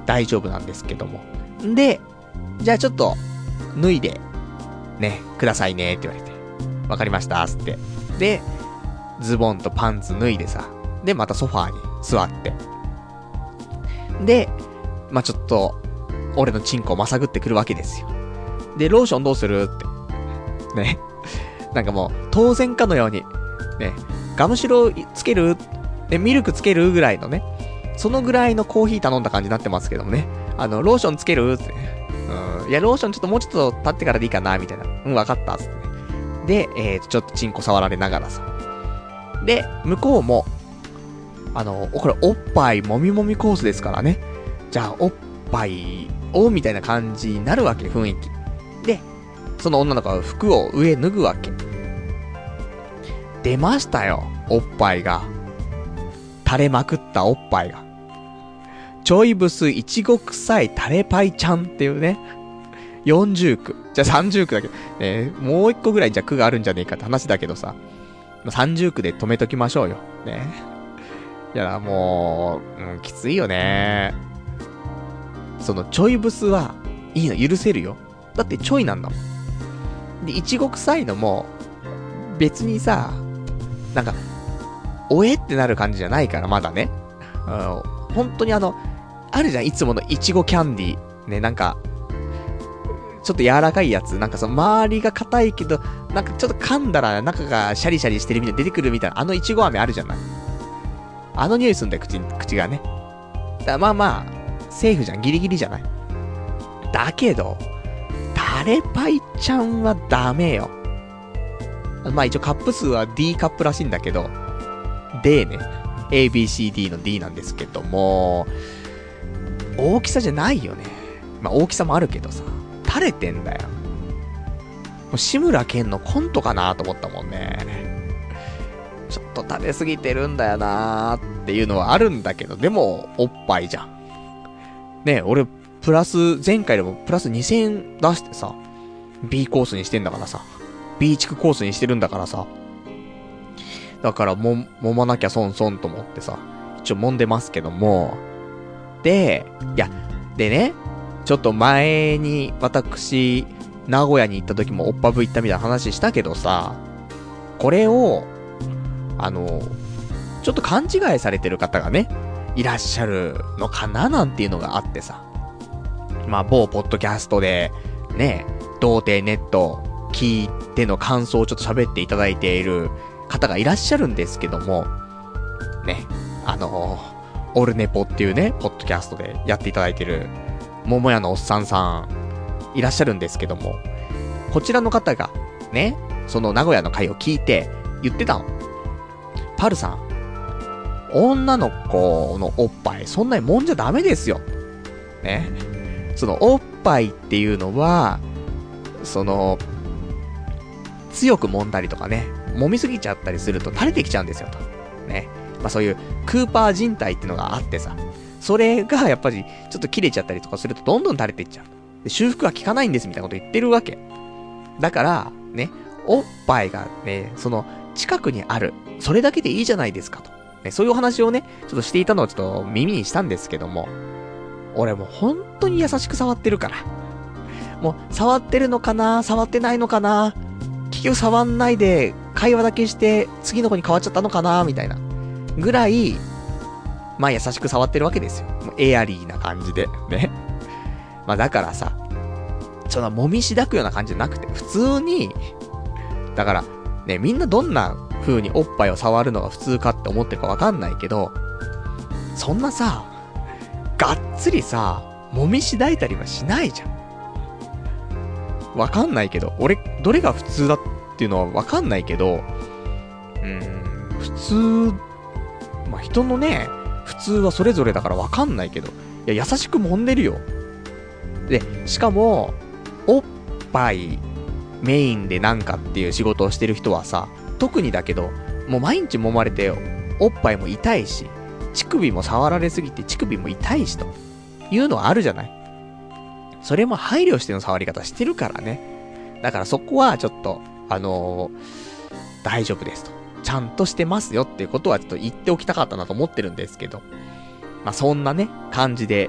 大丈夫なんですけども。で、じゃあちょっと、脱いで、ね、くださいねって言われて。わかりましたつって。で、ズボンとパンツ脱いでさ。で、またソファーに座って。で、まあ、ちょっと、俺のチンコをまさぐってくるわけですよ。で、ローションどうするって。ね。なんかもう、当然かのように、ね、ガムシロつけるね、ミルクつけるぐらいのね、そのぐらいのコーヒー頼んだ感じになってますけどもね。あの、ローションつけるって。うん。いや、ローションちょっともうちょっと経ってからでいいかなみたいな。うん、わかったつってね。で、えー、ちょっとチンコ触られながらさ。で、向こうも、あの、これおっぱいもみもみコースですからね。じゃあ、おっぱいを、みたいな感じになるわけ、雰囲気。で、その女の子は服を上脱ぐわけ。出ましたよ、おっぱいが。垂れまくったおっぱいが。ちょいブスいちご臭い垂れパイちゃんっていうね。よんじゅうく。じゃあさんじゅうくだけど、ね、もう一個ぐらいじゃ区があるんじゃねえかって話だけどさ。さんじゅうくで止めときましょうよ。ね。いや、もう、うん、きついよね。そのちょいブスはいいの、許せるよ。だってちょいなんだもん。で、いちご臭いのも、別にさ、なんか、おえってなる感じじゃないから、まだね。うん、本当にあの、あるじゃん、いつものいちごキャンディー。ね、なんか、ちょっと柔らかいやつ。なんかその、周りが硬いけど、なんかちょっと噛んだら中がシャリシャリしてるみたいな出てくるみたいな、あのいちご飴あるじゃない。あの匂いすんだよ、口、口がね。だからまあまあ、セーフじゃん、ギリギリじゃない。だけど、垂れパイちゃんはダメよ。まあ一応カップ数は D カップらしいんだけど、D ね。A, B, C, D の D なんですけども、大きさじゃないよね。まあ大きさもあるけどさ、垂れてんだよ。もう志村けんのコントかなと思ったもんね。ちょっと垂れすぎてるんだよなーっていうのはあるんだけど、でも、おっぱいじゃん。ねえ、俺、プラス、前回でもプラスにせんえん出してさ、B コースにしてんだからさ、B 地区コースにしてるんだからさ、だからも、揉まなきゃ損損と思ってさ、一応揉んでますけども、で、いや、でね、ちょっと前に私、名古屋に行った時もおっぱぶ行ったみたいな話したけどさ、これを、あの、ちょっと勘違いされてる方がね、いらっしゃるのかななんていうのがあってさ。まあ、某ポッドキャストで、ね、童貞ネット聞いての感想をちょっと喋っていただいている方がいらっしゃるんですけども、ね、あの、オルネポっていうね、ポッドキャストでやっていただいている、桃屋のおっさんさん、いらっしゃるんですけども、こちらの方が、ね、その名古屋の会を聞いて、言ってたの。パルさん、女の子のおっぱい、そんなに揉んじゃダメですよ。ね。その、おっぱいっていうのは、その、強く揉んだりとかね、揉みすぎちゃったりすると垂れてきちゃうんですよ、と。ね。まあそういう、クーパー人体っていうのがあってさ、それがやっぱり、ちょっと切れちゃったりとかすると、どんどん垂れていっちゃう。で、修復は効かないんです、みたいなこと言ってるわけ。だから、ね、おっぱいがね、その、近くにある。それだけでいいじゃないですかと。ね、そういうお話をね、ちょっとしていたのをちょっと耳にしたんですけども、俺もう本当に優しく触ってるから。もう、触ってるのかな触ってないのかな結局触んないで、会話だけして、次の子に変わっちゃったのかなみたいな。ぐらい、まあ優しく触ってるわけですよ。もうエアリーな感じで。ね。まあだからさ、そんな揉みしだくような感じじゃなくて、普通に、だから、ね、みんなどんな風におっぱいを触るのが普通かって思ってるかわかんないけど、そんなさ、がっつりさ、揉みしだいたりはしないじゃん。わかんないけど、俺、どれが普通だっていうのはわかんないけど、うーん、普通、まあ、人のね、普通はそれぞれだからわかんないけど、いや、優しく揉んでるよ。で、しかも、おっぱい、メインでなんかっていう仕事をしてる人はさ、特にだけど、もう毎日揉まれて、おっぱいも痛いし、乳首も触られすぎて乳首も痛いしというのはあるじゃない。それも配慮しての触り方してるからね。だからそこはちょっと、あのー、大丈夫ですと。ちゃんとしてますよっていうことはちょっと言っておきたかったなと思ってるんですけど。まあそんなね、感じで、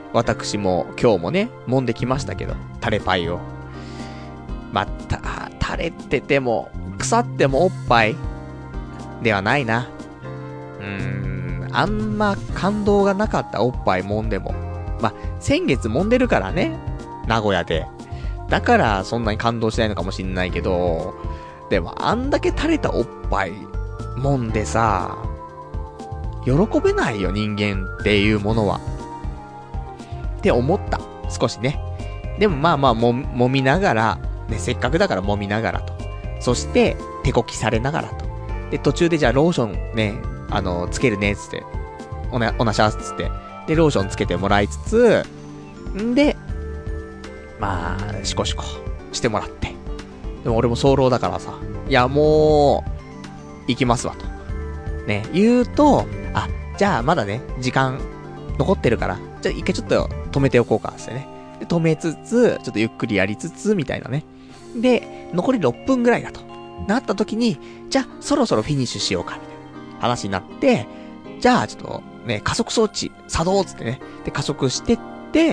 私も今日もね、揉んできましたけど、タレパイを。また、垂れてても、腐ってもおっぱいではないな。うーん、あんま感動がなかったおっぱい揉んでも。まあ、先月揉んでるからね、名古屋で。だからそんなに感動しないのかもしんないけど、でもあんだけ垂れたおっぱい揉んでさ、喜べないよ人間っていうものは。って思った。少しね。でもまあまあも、揉みながら、ね、せっかくだから揉みながらと。そして、手こきされながらと。で、途中でじゃあローションね、あの、つけるね、つって。おな、おなしゃーつって。で、ローションつけてもらいつつ、んで、まあ、シコシコしてもらって。でも俺も早漏だからさ、いやもう、行きますわと。ね、言うと、あ、じゃあまだね、時間残ってるから、じゃあ一回ちょっと止めておこうか、ってね。で、止めつつ、ちょっとゆっくりやりつつ、みたいなね。で、残りろっぷんぐらいだと。なった時に、じゃあそろそろフィニッシュしようか、みたいな話になって、じゃあちょっとね、加速装置作動つってね。で、加速してって、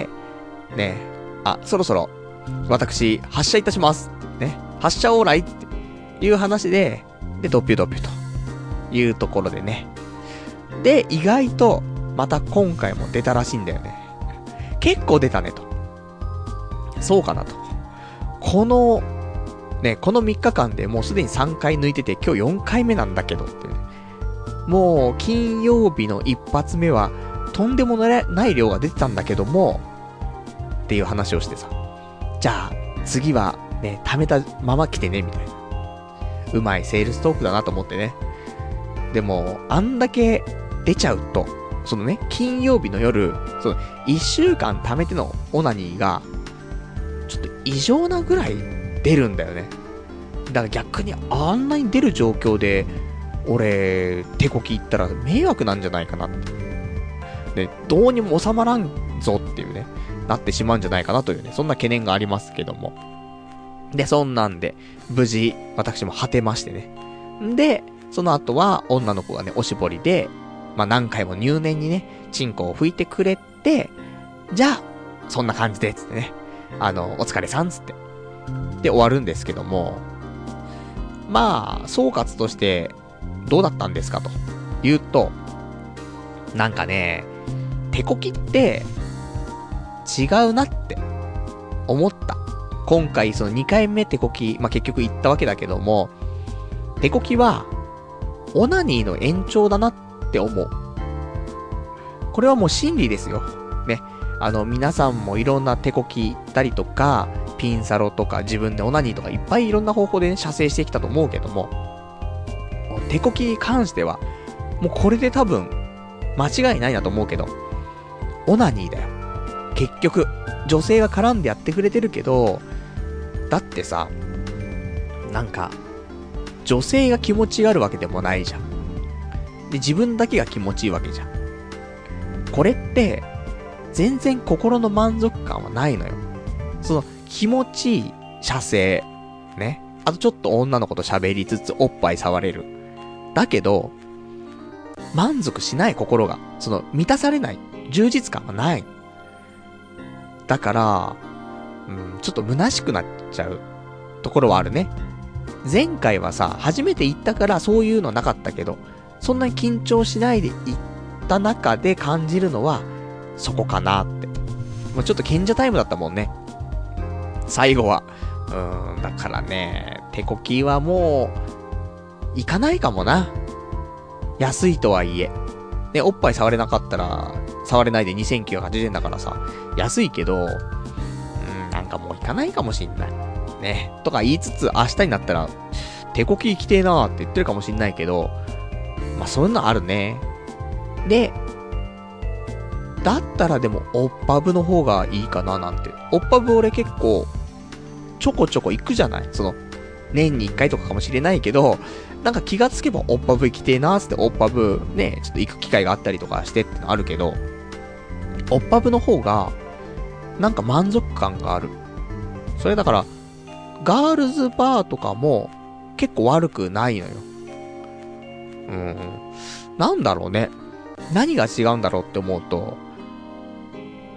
ね、あ、そろそろ、私、発射いたします。ってね。発射オーライっていう話で、で、ドッピュドッピュというところでね。で、意外と、また今回も出たらしいんだよね。結構出たねと。そうかなと。この、ね、このみっかかんでもうすでにさんかい抜いてて、今日よんかいめなんだけどっていうね。もう、金曜日の一発目は、とんでもない量が出てたんだけども、っていう話をしてさ。じゃあ、次は、ね、溜めたまま来てね、みたいな。うまいセールストークだなと思ってね。でも、あんだけ出ちゃうと、そのね、金曜日の夜、その、一週間溜めてのオナニーが、ちょっと異常なぐらい出るんだよね。だから逆にあんなに出る状況で、俺、手こき行ったら迷惑なんじゃないかなって。で、どうにも収まらんぞっていうね、なってしまうんじゃないかなというね、そんな懸念がありますけども。で、そんなんで、無事、私も果てましてね。んで、その後は、女の子がね、おしぼりで、まあ、何回も入念にね、チンコを拭いてくれて、じゃあ、そんな感じで、つってね。あの、お疲れさん、つって。で、終わるんですけども、まあ、総括として、どうだったんですかと言うと、なんかね、手こきって、違うなって思った。今回そのにかいめ手こき、まあ、結局行ったわけだけども、手こきは、オナニーの延長だなって思う。これはもう真理ですよ。ね。あの、皆さんもいろんな手こき行ったりとか、ピンサロとか自分でオナニーとかいっぱいいろんな方法でね、射精してきたと思うけども、手こきに関しては、もうこれで多分、間違いないなと思うけど、オナニーだよ。結局、女性が絡んでやってくれてるけど、だってさ、なんか、女性が気持ちがあるわけでもないじゃん。で、自分だけが気持ちいいわけじゃん。これって、全然心の満足感はないのよ。その、気持ちいい射精。ね。あとちょっと女の子と喋りつつ、おっぱい触れる。だけど、満足しない心が、その、満たされない、充実感がない。だから、うん、ちょっと虚しくなっちゃうところはあるね。前回はさ、初めて行ったからそういうのなかったけど、そんなに緊張しないで行った中で感じるのは、そこかなって。もうちょっと賢者タイムだったもんね。最後は。うーん、だからね、手こきはもう、行かないかもな。安いとはいえ。ね、おっぱい触れなかったら、触れないでにせんきゅうひゃくはちじゅうえんだからさ、安いけど、うーん、なんかもう行かないかもしんない。ね。とか言いつつ、明日になったら、手こき行きてえなーって言ってるかもしんないけど、まあ、そういうのあるね。で、だったらでも、オッパブの方がいいかななんて。オッパブ俺結構、ちょこちょこ行くじゃない？その、年にいっかいとかかもしれないけど、なんか気がつけばオッパブ行きてえなーつってオッパブね、ちょっと行く機会があったりとかしてってのあるけど、オッパブの方が、なんか満足感がある。それだから、ガールズバーとかも結構悪くないのよ。うーん。なんだろうね。何が違うんだろうって思うと、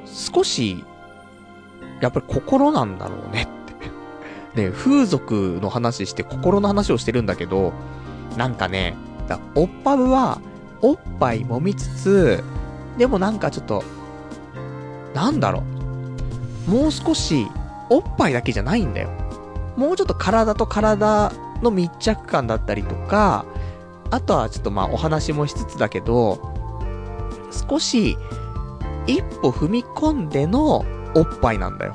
少し、やっぱり心なんだろうねって。ね、風俗の話して心の話をしてるんだけど、なんかね、だおっぱぶは、おっぱい揉みつつ、でもなんかちょっと、なんだろう。もう少し、おっぱいだけじゃないんだよ。もうちょっと体と体の密着感だったりとか、あとはちょっとまあお話もしつつだけど、少し、一歩踏み込んでのおっぱいなんだよ。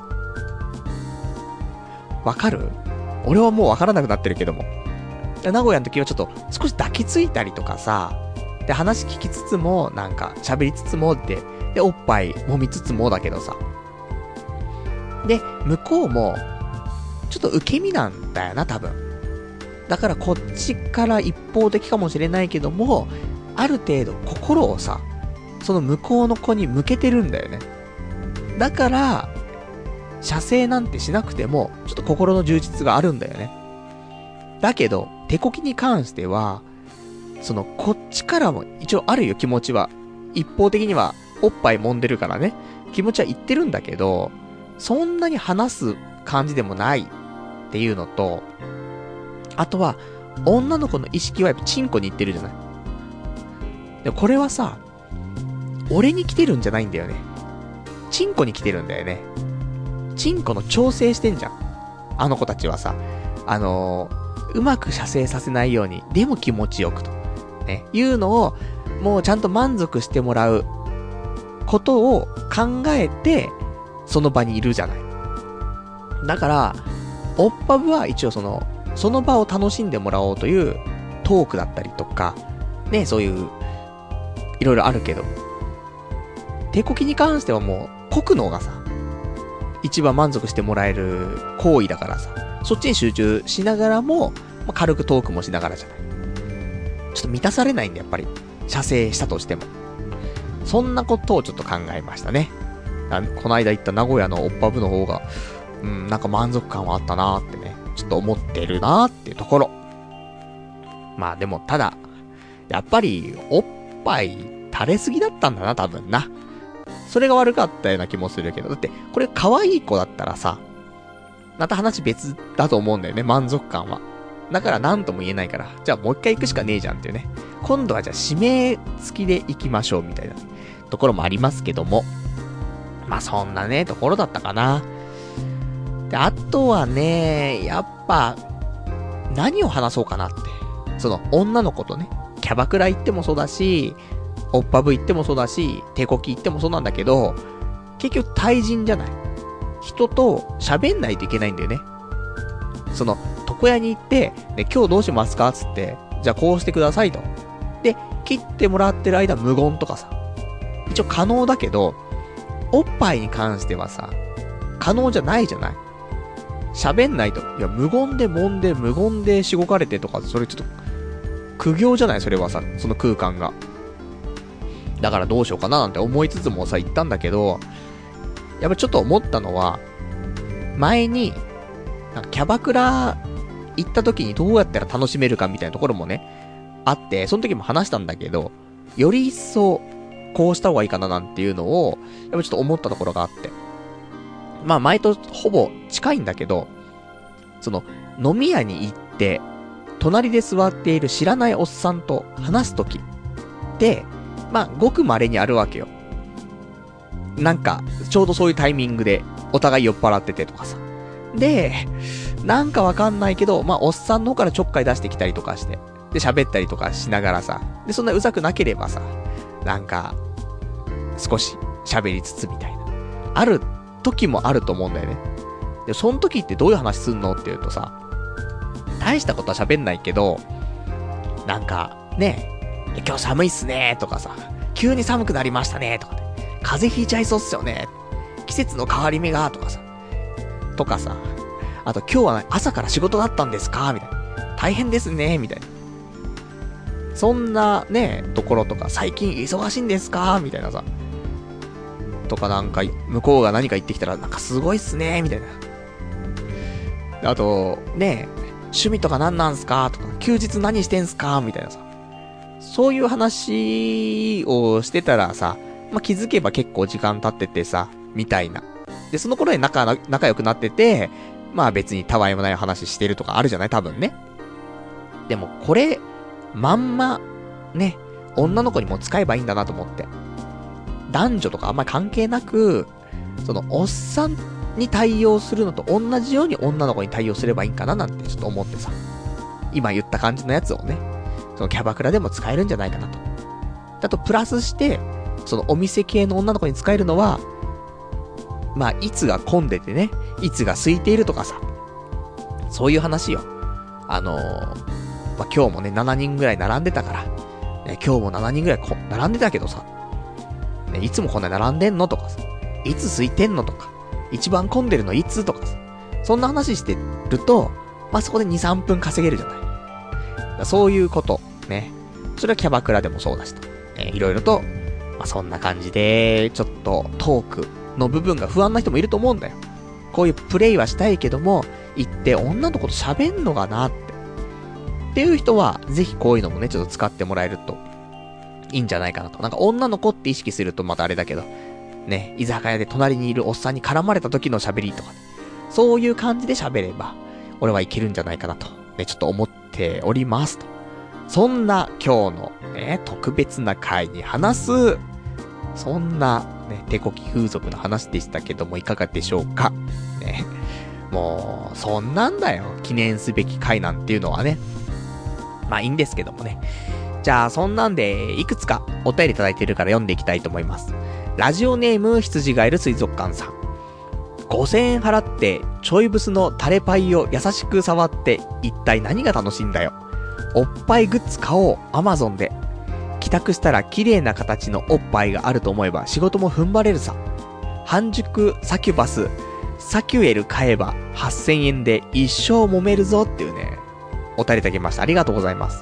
わかる？俺はもうわからなくなってるけども。名古屋の時はちょっと少し抱きついたりとかさ、で話聞きつつも、なんか喋りつつもって、でおっぱい揉みつつもだけどさ。で、向こうも、ちょっと受け身なんだよな、多分。だからこっちから一方的かもしれないけども、ある程度心をさ、その向こうの子に向けてるんだよね。だから、射精なんてしなくても、ちょっと心の充実があるんだよね。だけど、手こきに関しては、その、こっちからも一応あるよ、気持ちは。一方的には、おっぱい揉んでるからね。気持ちは言ってるんだけど、そんなに話す感じでもないっていうのと、あとは、女の子の意識はやっぱチンコに行ってるじゃない。で、これはさ、俺に来てるんじゃないんだよね。チンコに来てるんだよね。チンコの調整してんじゃん。あの子たちはさ、あのー、うまく射精させないように、でも気持ちよくと。ね。いうのを、もうちゃんと満足してもらうことを考えて、その場にいるじゃない。だから、オッパブは一応その、その場を楽しんでもらおうというトークだったりとか、ね、そういう、いろいろあるけど、手こきに関してはもう、こくのがさ、一番満足してもらえる行為だからさ、そっちに集中しながらも、まあ、軽くトークもしながらじゃない。ちょっと満たされないんで、やっぱり。射精したとしても。そんなことをちょっと考えましたね。この間行った名古屋のオッパブの方が、うん、なんか満足感はあったなーってね、ちょっと思ってるなーっていうところ。まあでも、ただ、やっぱり、おっぱい垂れすぎだったんだな、多分な。それが悪かったような気もするけど、だって、これ可愛い子だったらさ、また話別だと思うんだよね、満足感は。だから何とも言えないから、じゃあもう一回行くしかねえじゃんっていうね。今度はじゃあ指名付きで行きましょうみたいなところもありますけども。まあそんなね、ところだったかな。で、あとはね、やっぱ、何を話そうかなって。その、女の子とね、キャバクラ行ってもそうだし、オッパブ行ってもそうだし、手こき行ってもそうなんだけど、結局対人じゃない。人と喋んないといけないんだよね。その、床屋に行って、ね、今日どうしますかつって、じゃあこうしてくださいと。で、切ってもらってる間無言とかさ。一応可能だけど、おっぱいに関してはさ、可能じゃないじゃない。喋んないと。いや、無言で揉んで、無言でしごかれてとか、それちょっと、苦行じゃないそれはさ、その空間が。だからどうしようかななんて思いつつもさ、言ったんだけど、やっぱちょっと思ったのは、前に、なんかキャバクラ行った時にどうやったら楽しめるかみたいなところもね、あって、その時も話したんだけど、より一層、こうした方がいいかななんていうのを、やっぱちょっと思ったところがあって。まあ前とほぼ近いんだけど、その、飲み屋に行って、隣で座っている知らないおっさんと話すときって、まあごく稀にあるわけよ。なんか、ちょうどそういうタイミングで、お互い酔っ払っててとかさ。で、なんかわかんないけど、まあおっさんの方からちょっかい出してきたりとかして、で喋ったりとかしながらさ、でそんなうざくなければさ、なんか、少し喋りつつみたいな。ある時もあると思うんだよね。で、その時ってどういう話すんのって言うとさ、大したことは喋んないけど、なんか、ねえ、今日寒いっすねとかさ、急に寒くなりましたねとかね、風邪ひいちゃいそうっすよね。季節の変わり目がとかさ、とかさ、あと今日は朝から仕事だったんですかみたいな。大変ですねみたいな。そんなね、ところとか、最近忙しいんですかみたいなさ。とかなんか、向こうが何か言ってきたら、なんかすごいっすねみたいな。あと、ね、趣味とか何なんすかとか、休日何してんすかみたいなさ。そういう話をしてたらさ、まあ、気づけば結構時間経っててさ、 みたいな。で、その頃で仲、仲良くなってて、まあ別にたわいもない話してるとかあるじゃない多分ね。でもこれ、まんま、ね、女の子にも使えばいいんだなと思って。男女とかあんまり関係なく、その、おっさんに対応するのと同じように女の子に対応すればいいんかななんてちょっと思ってさ。今言った感じのやつをね、そのキャバクラでも使えるんじゃないかなと。あと、プラスして、そのお店系の女の子に使えるのは、まあ、いつが混んでてね、いつが空いているとかさ、そういう話よ。あのー、まあ、今日もね、しちにんぐらい並んでたから、ね、今日もしちにんぐらいこ並んでたけどさ、ね、いつもこんな並んでんのとかさ、いつ空いてんのとか、一番混んでるのいつとかさ、そんな話してると、まあ、そこでに、さんぷん稼げるじゃない。だそういうこと、ね。それはキャバクラでもそうだしと。ね、いろいろと、まあ、そんな感じで、ちょっとトークの部分が不安な人もいると思うんだよ。こういうプレイはしたいけども、行って女の子と喋んのかなって。っていう人は、ぜひこういうのもね、ちょっと使ってもらえると、いいんじゃないかなと。なんか女の子って意識するとまたあれだけど、ね、居酒屋で隣にいるおっさんに絡まれた時の喋りとか、ね、そういう感じで喋れば、俺はいけるんじゃないかなと、ね、ちょっと思っておりますと。そんな今日のね、特別な回に話す、そんなね、手こき風俗の話でしたけども、いかがでしょうか。ね、もう、そんなんだよ。記念すべき回なんていうのはね。まあいいんですけどもね。じゃあ、そんなんで、いくつかお便りいただいてるから読んでいきたいと思います。ラジオネーム、羊ガエル水族館さん。ごせんえん払って、ちょいブスのタレパイを優しく触って、一体何が楽しいんだよ。おっぱいグッズ買おう、アマゾンで。帰宅したら綺麗な形のおっぱいがあると思えば仕事も踏ん張れるさ。半熟サキュバス、サキュエル買えばはっせんえんで一生揉めるぞっていうね、お便りいただきました。ありがとうございます。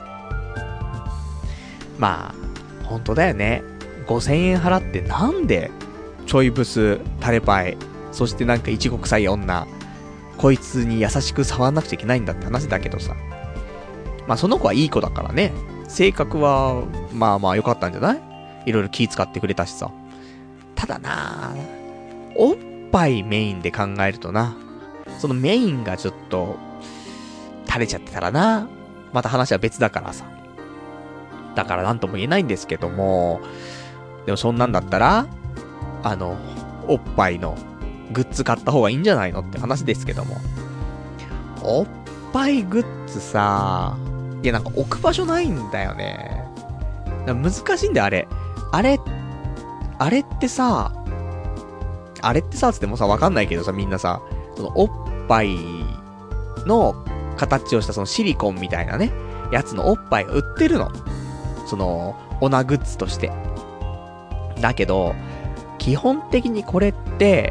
まあ、ほんとだよね。ごせんえん払ってなんで、ちょいブス、タレパイ、そしてなんかイチゴ臭い女、こいつに優しく触んなくちゃいけないんだって話だけどさ。まあその子はいい子だからね。性格は、まあまあ良かったんじゃない？いろいろ気使ってくれたしさ。ただなぁ、おっぱいメインで考えるとな、そのメインがちょっと、垂れちゃってたらな、また話は別だからさ。だからなんとも言えないんですけども、でもそんなんだったら、あの、おっぱいのグッズ買った方がいいんじゃないのって話ですけども。おっぱいグッズさ、いやなんか置く場所ないんだよね。難しいんだよあれ。あれ、あれってさ、あれってさつってもさわかんないけどさ、みんなさ、そのおっぱいの形をしたそのシリコンみたいなね、やつのおっぱいが売ってるの。その、オナグッズとして。だけど、基本的にこれって、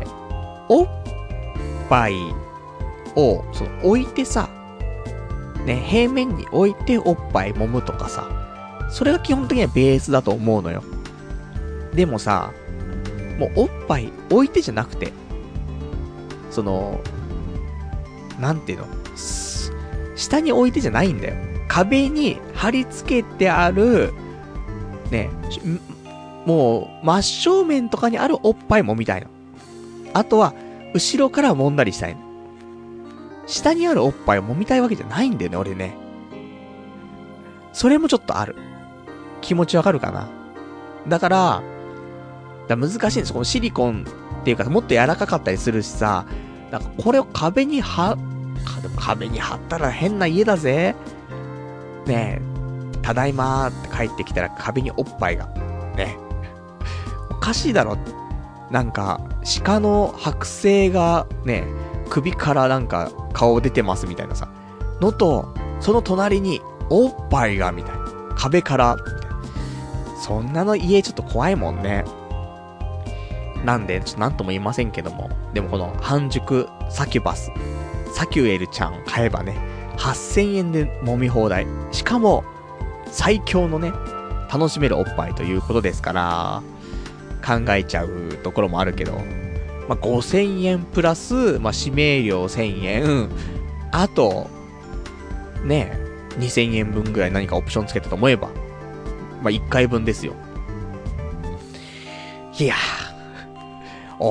おっぱいを、その置いてさ、ね、平面に置いておっぱい揉むとかさ、それが基本的にはベースだと思うのよ。でもさ、もうおっぱい置いてじゃなくて、その、なんていうの、下に置いてじゃないんだよ。壁に貼り付けてある、ね、もう真正面とかにあるおっぱいもみたいな。あとは、後ろから揉んだりしたいの。下にあるおっぱいを揉みたいわけじゃないんだよね、俺ね。それもちょっとある。気持ちわかるかな。だから、だから難しいんです。このシリコンっていうか、もっと柔らかかったりするしさ、なんかこれを壁に貼、壁に貼ったら変な家だぜ。ねえ、ただいまーって帰ってきたら壁におっぱいが。ね。おかしいだろ。なんか、鹿の剥製がね、首からなんか顔出てますみたいなさ。のと、その隣におっぱいがみたいな。壁から。そんなの家ちょっと怖いもんね。なんで、ちょっとなんとも言いませんけども。でもこの半熟サキュバス、サキュエルちゃん買えばね、はっせんえんで揉み放題。しかも、最強のね、楽しめるおっぱいということですから、考えちゃうところもあるけど、まあ、ごせんえんプラス、まあ、指名料せんえん、あと、ねえ、にせんえんぶんぐらい何かオプションつけたと思えば、まあ、いっかいぶんですよ。いやー、おっ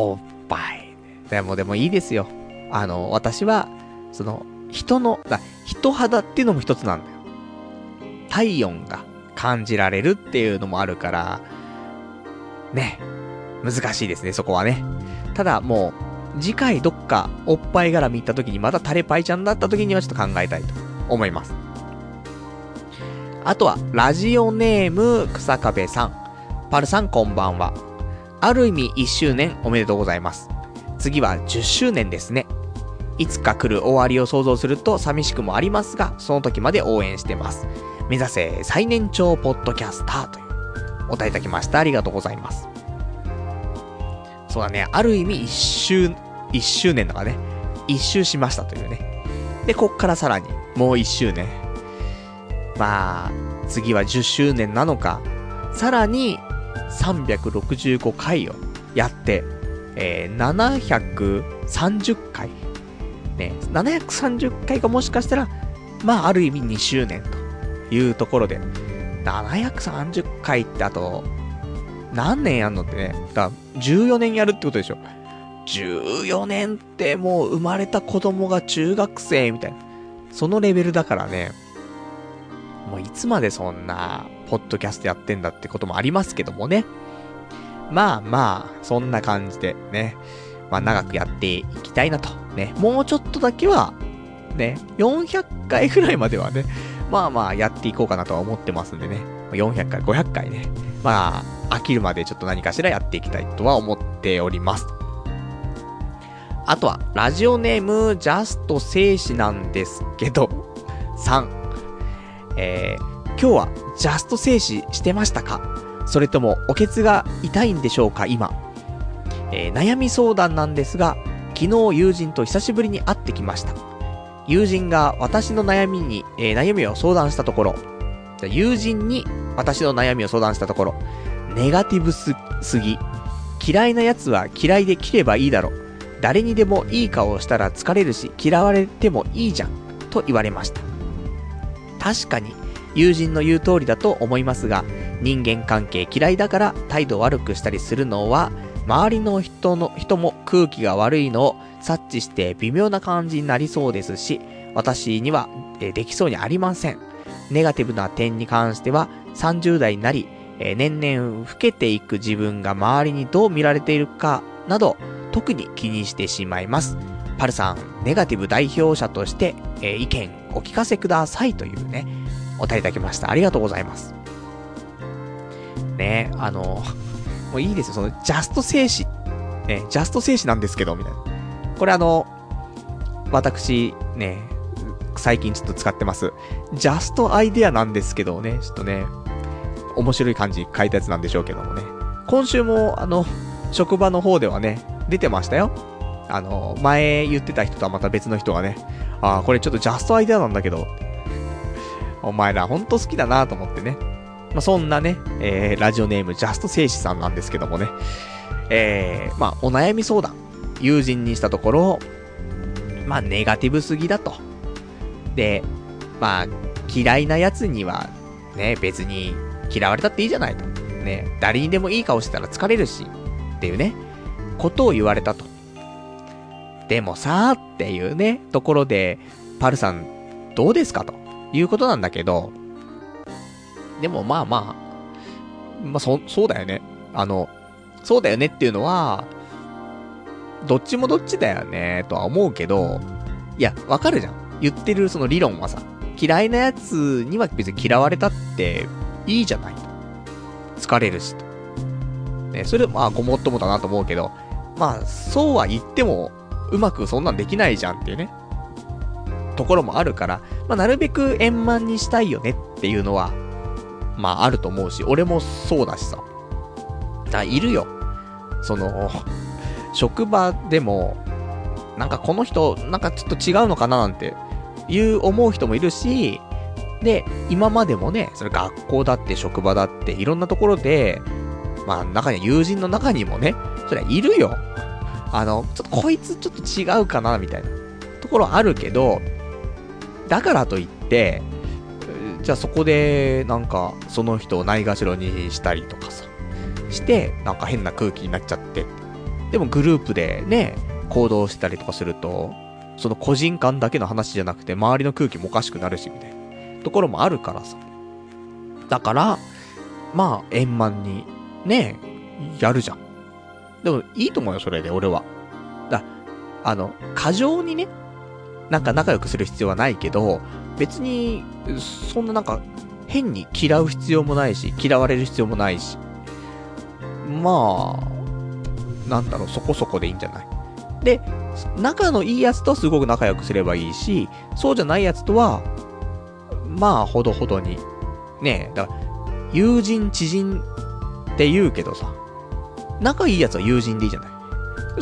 ぱい。でもでもいいですよ。あの、私は、その、人の、人肌っていうのも一つなんだよ。体温が感じられるっていうのもあるから、ね、難しいですね、そこはね。ただもう、次回どっかおっぱい絡み行った時にまたタレパイちゃんだった時にはちょっと考えたいと思います。あとは、ラジオネーム、草壁さん。パルさんこんばんは。ある意味いっしゅうねんおめでとうございます。次はじゅっしゅうねんですね。いつか来る終わりを想像すると寂しくもありますが、その時まで応援してます。目指せ最年長ポッドキャスターというお答えいただきました。ありがとうございます。そうだね、ある意味一周、一周年だからね、一周しましたというね。で、こっからさらにもう一周年。まあ、次はじゅっしゅうねんなのか、さらにさんびゃくろくじゅうごかいをやって、えー、ななひゃくさんじゅっかい。ね、ななひゃくさんじゅっかいがもしかしたら、まあ、ある意味にしゅうねんというところで、ななひゃくさんじゅっかいってあと、何年やんのってね、だからじゅうよねんやるってことでしょ。じゅうよねんってもう生まれた子供が中学生みたいな、そのレベルだからね、もういつまでそんな、ポッドキャストやってんだってこともありますけどもね。まあまあ、そんな感じでね、まあ長くやっていきたいなと。ね、もうちょっとだけは、ね、よんひゃっかいぐらいまではね、まあまあやっていこうかなとは思ってますんでね。よんひゃっかい、ごひゃっかいね。まあ、飽きるまでちょっと何かしらやっていきたいとは思っております。あとは、ラジオネーム、ジャスト静止なんですけど、さん。えー、今日はジャスト静止してましたか？それともおケツが痛いんでしょうか今。えー、悩み相談なんですが、昨日友人と久しぶりに会ってきました。友人が私の悩みに、えー、悩みを相談したところ、じゃ友人に私の悩みを相談したところ、ネガティブす、すぎ。嫌いなやつは嫌いで切ればいいだろ。誰にでもいい顔をしたら疲れるし、嫌われてもいいじゃん。と言われました。確かに、友人の言う通りだと思いますが、人間関係嫌いだから態度悪くしたりするのは、周りの人の、人も空気が悪いのを察知して微妙な感じになりそうですし、私には、えできそうにありません。ネガティブな点に関しては、さんじゅう代になり、え年々老けていく自分が周りにどう見られているかなど、特に気にしてしまいます。パルさん、ネガティブ代表者として、えー、意見お聞かせくださいというね、お答えいただきました。ありがとうございます。ね、あの、もういいですよ、その、ジャスト静止。ね、ジャスト静止なんですけど、みたいな。これあの、私、ね、最近ちょっと使ってます。ジャストアイデアなんですけどね、ちょっとね、面白い感じ書いたやつなんでしょうけどもね。今週も、あの、職場の方ではね、出てましたよ。あの、前言ってた人とはまた別の人がね、ああ、これちょっとジャストアイデアなんだけど、お前らほんと好きだなと思ってね。まあ、そんなね、えー、ラジオネームジャスト静止さんなんですけどもね。えー、まあ、お悩み相談、友人にしたところ、まあ、ネガティブすぎだと。で、まあ、嫌いなやつには、ね、別に嫌われたっていいじゃないと。ね、誰にでもいい顔してたら疲れるし、っていうね、ことを言われたと。でもさーっていうね、ところで、パルさん、どうですかということなんだけど、でもまあまあ、まあそ、そうだよね。あの、そうだよねっていうのは、どっちもどっちだよね、とは思うけど、いや、わかるじゃん。言ってるその理論はさ、嫌いなやつには別に嫌われたっていいじゃないと。疲れるしと。ね、それまあごもっともだなと思うけど、まあ、そうは言っても、うまくそんなんできないじゃんっていうね、ところもあるから、まあ、なるべく円満にしたいよねっていうのは、まあ、あると思うし、俺もそうだしさ。だいるよ。その、職場でも、なんかこの人、なんかちょっと違うのかななんて、いう思う人もいるし、で、今までもね、それ学校だって職場だって、いろんなところで、まあ、中には友人の中にもね、それはいるよ。あの、ちょっとこいつちょっと違うかな、みたいなところあるけど、だからといって、じゃあそこで、なんか、その人をないがしろにしたりとかさ、して、なんか変な空気になっちゃって、 でもグループでね、行動してたりとかすると、その個人間だけの話じゃなくて、周りの空気もおかしくなるし、みたいなところもあるからさ。だから、まあ、円満に、ね、やるじゃん。でも、いいと思うよ、それで、俺は。だ、あの、過剰にね、なんか仲良くする必要はないけど、別に、そんななんか、変に嫌う必要もないし、嫌われる必要もないし。まあ、なんだろう、そこそこでいいんじゃない。で、仲のいいやつとすごく仲良くすればいいし、そうじゃないやつとは、まあ、ほどほどに。ねえ、だから、友人、知人って言うけどさ、仲いいやつは友人でいいじゃない。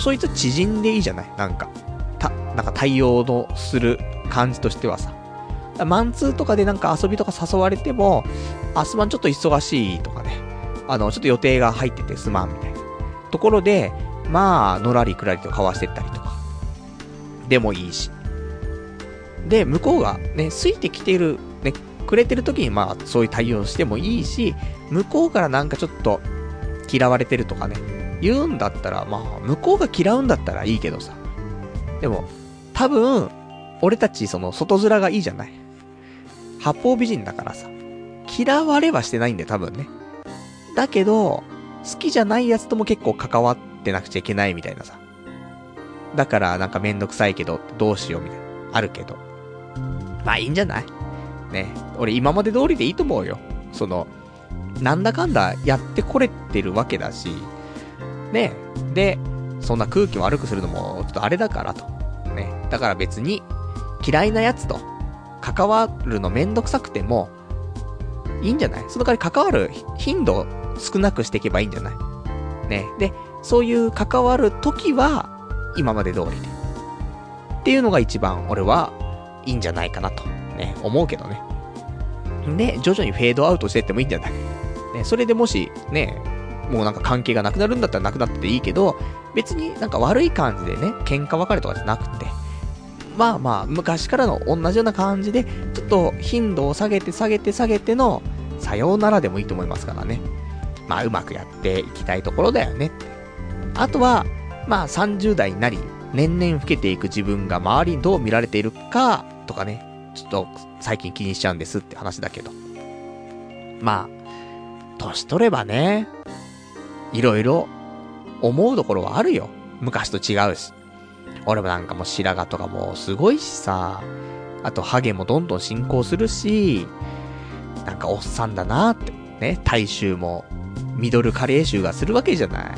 そいつは知人でいいじゃない。なんか、た、なんか対応のする感じとしてはさ。マンツーとかでなんか遊びとか誘われても、あ、すまん、ちょっと忙しいとかね。あの、ちょっと予定が入っててすまんみたいなところで、まあ、のらりくらりと交わしてったりとか。でもいいし。で、向こうがね、ついてきてる、ね、くれてる時にまあ、そういう対応してもいいし、向こうからなんかちょっと嫌われてるとかね、言うんだったら、まあ、向こうが嫌うんだったらいいけどさ。でも、多分、俺たちその外面がいいじゃない。八方美人だからさ。嫌われはしてないんだよ、多分ね。だけど、好きじゃないやつとも結構関わってなくちゃいけないみたいなさ。だからなんかめんどくさいけど、どうしようみたいな。あるけど。まあいいんじゃないね。俺今まで通りでいいと思うよ。その、なんだかんだやってこれてるわけだし。ね。で、そんな空気悪くするのもちょっとあれだからと。ね。だから別に、嫌いなやつと関わるのめんどくさくてもいいんじゃない？その代わり関わる頻度を少なくしていけばいいんじゃない？ね。で、そういう関わるときは今まで通りでっていうのが一番俺はいいんじゃないかなとね思うけどね。で、徐々にフェードアウトしていってもいいんじゃない？ね。それでもしね、もうなんか関係がなくなるんだったらなくなってていいけど、別になんか悪い感じでね喧嘩別れとかじゃなくて、まあまあ、昔からの同じような感じで、ちょっと頻度を下げて下げて下げての、さようならでもいいと思いますからね。まあ、うまくやっていきたいところだよね。あとは、まあ、さんじゅう代になり、年々老けていく自分が周りにどう見られているか、とかね、ちょっと最近気にしちゃうんですって話だけど。まあ、年取ればね、いろいろ思うところはあるよ。昔と違うし。俺もなんかもう白髪とかもすごいしさ、あとハゲもどんどん進行するし、なんかおっさんだなって、ね、体臭もミドル加齢臭がするわけじゃない。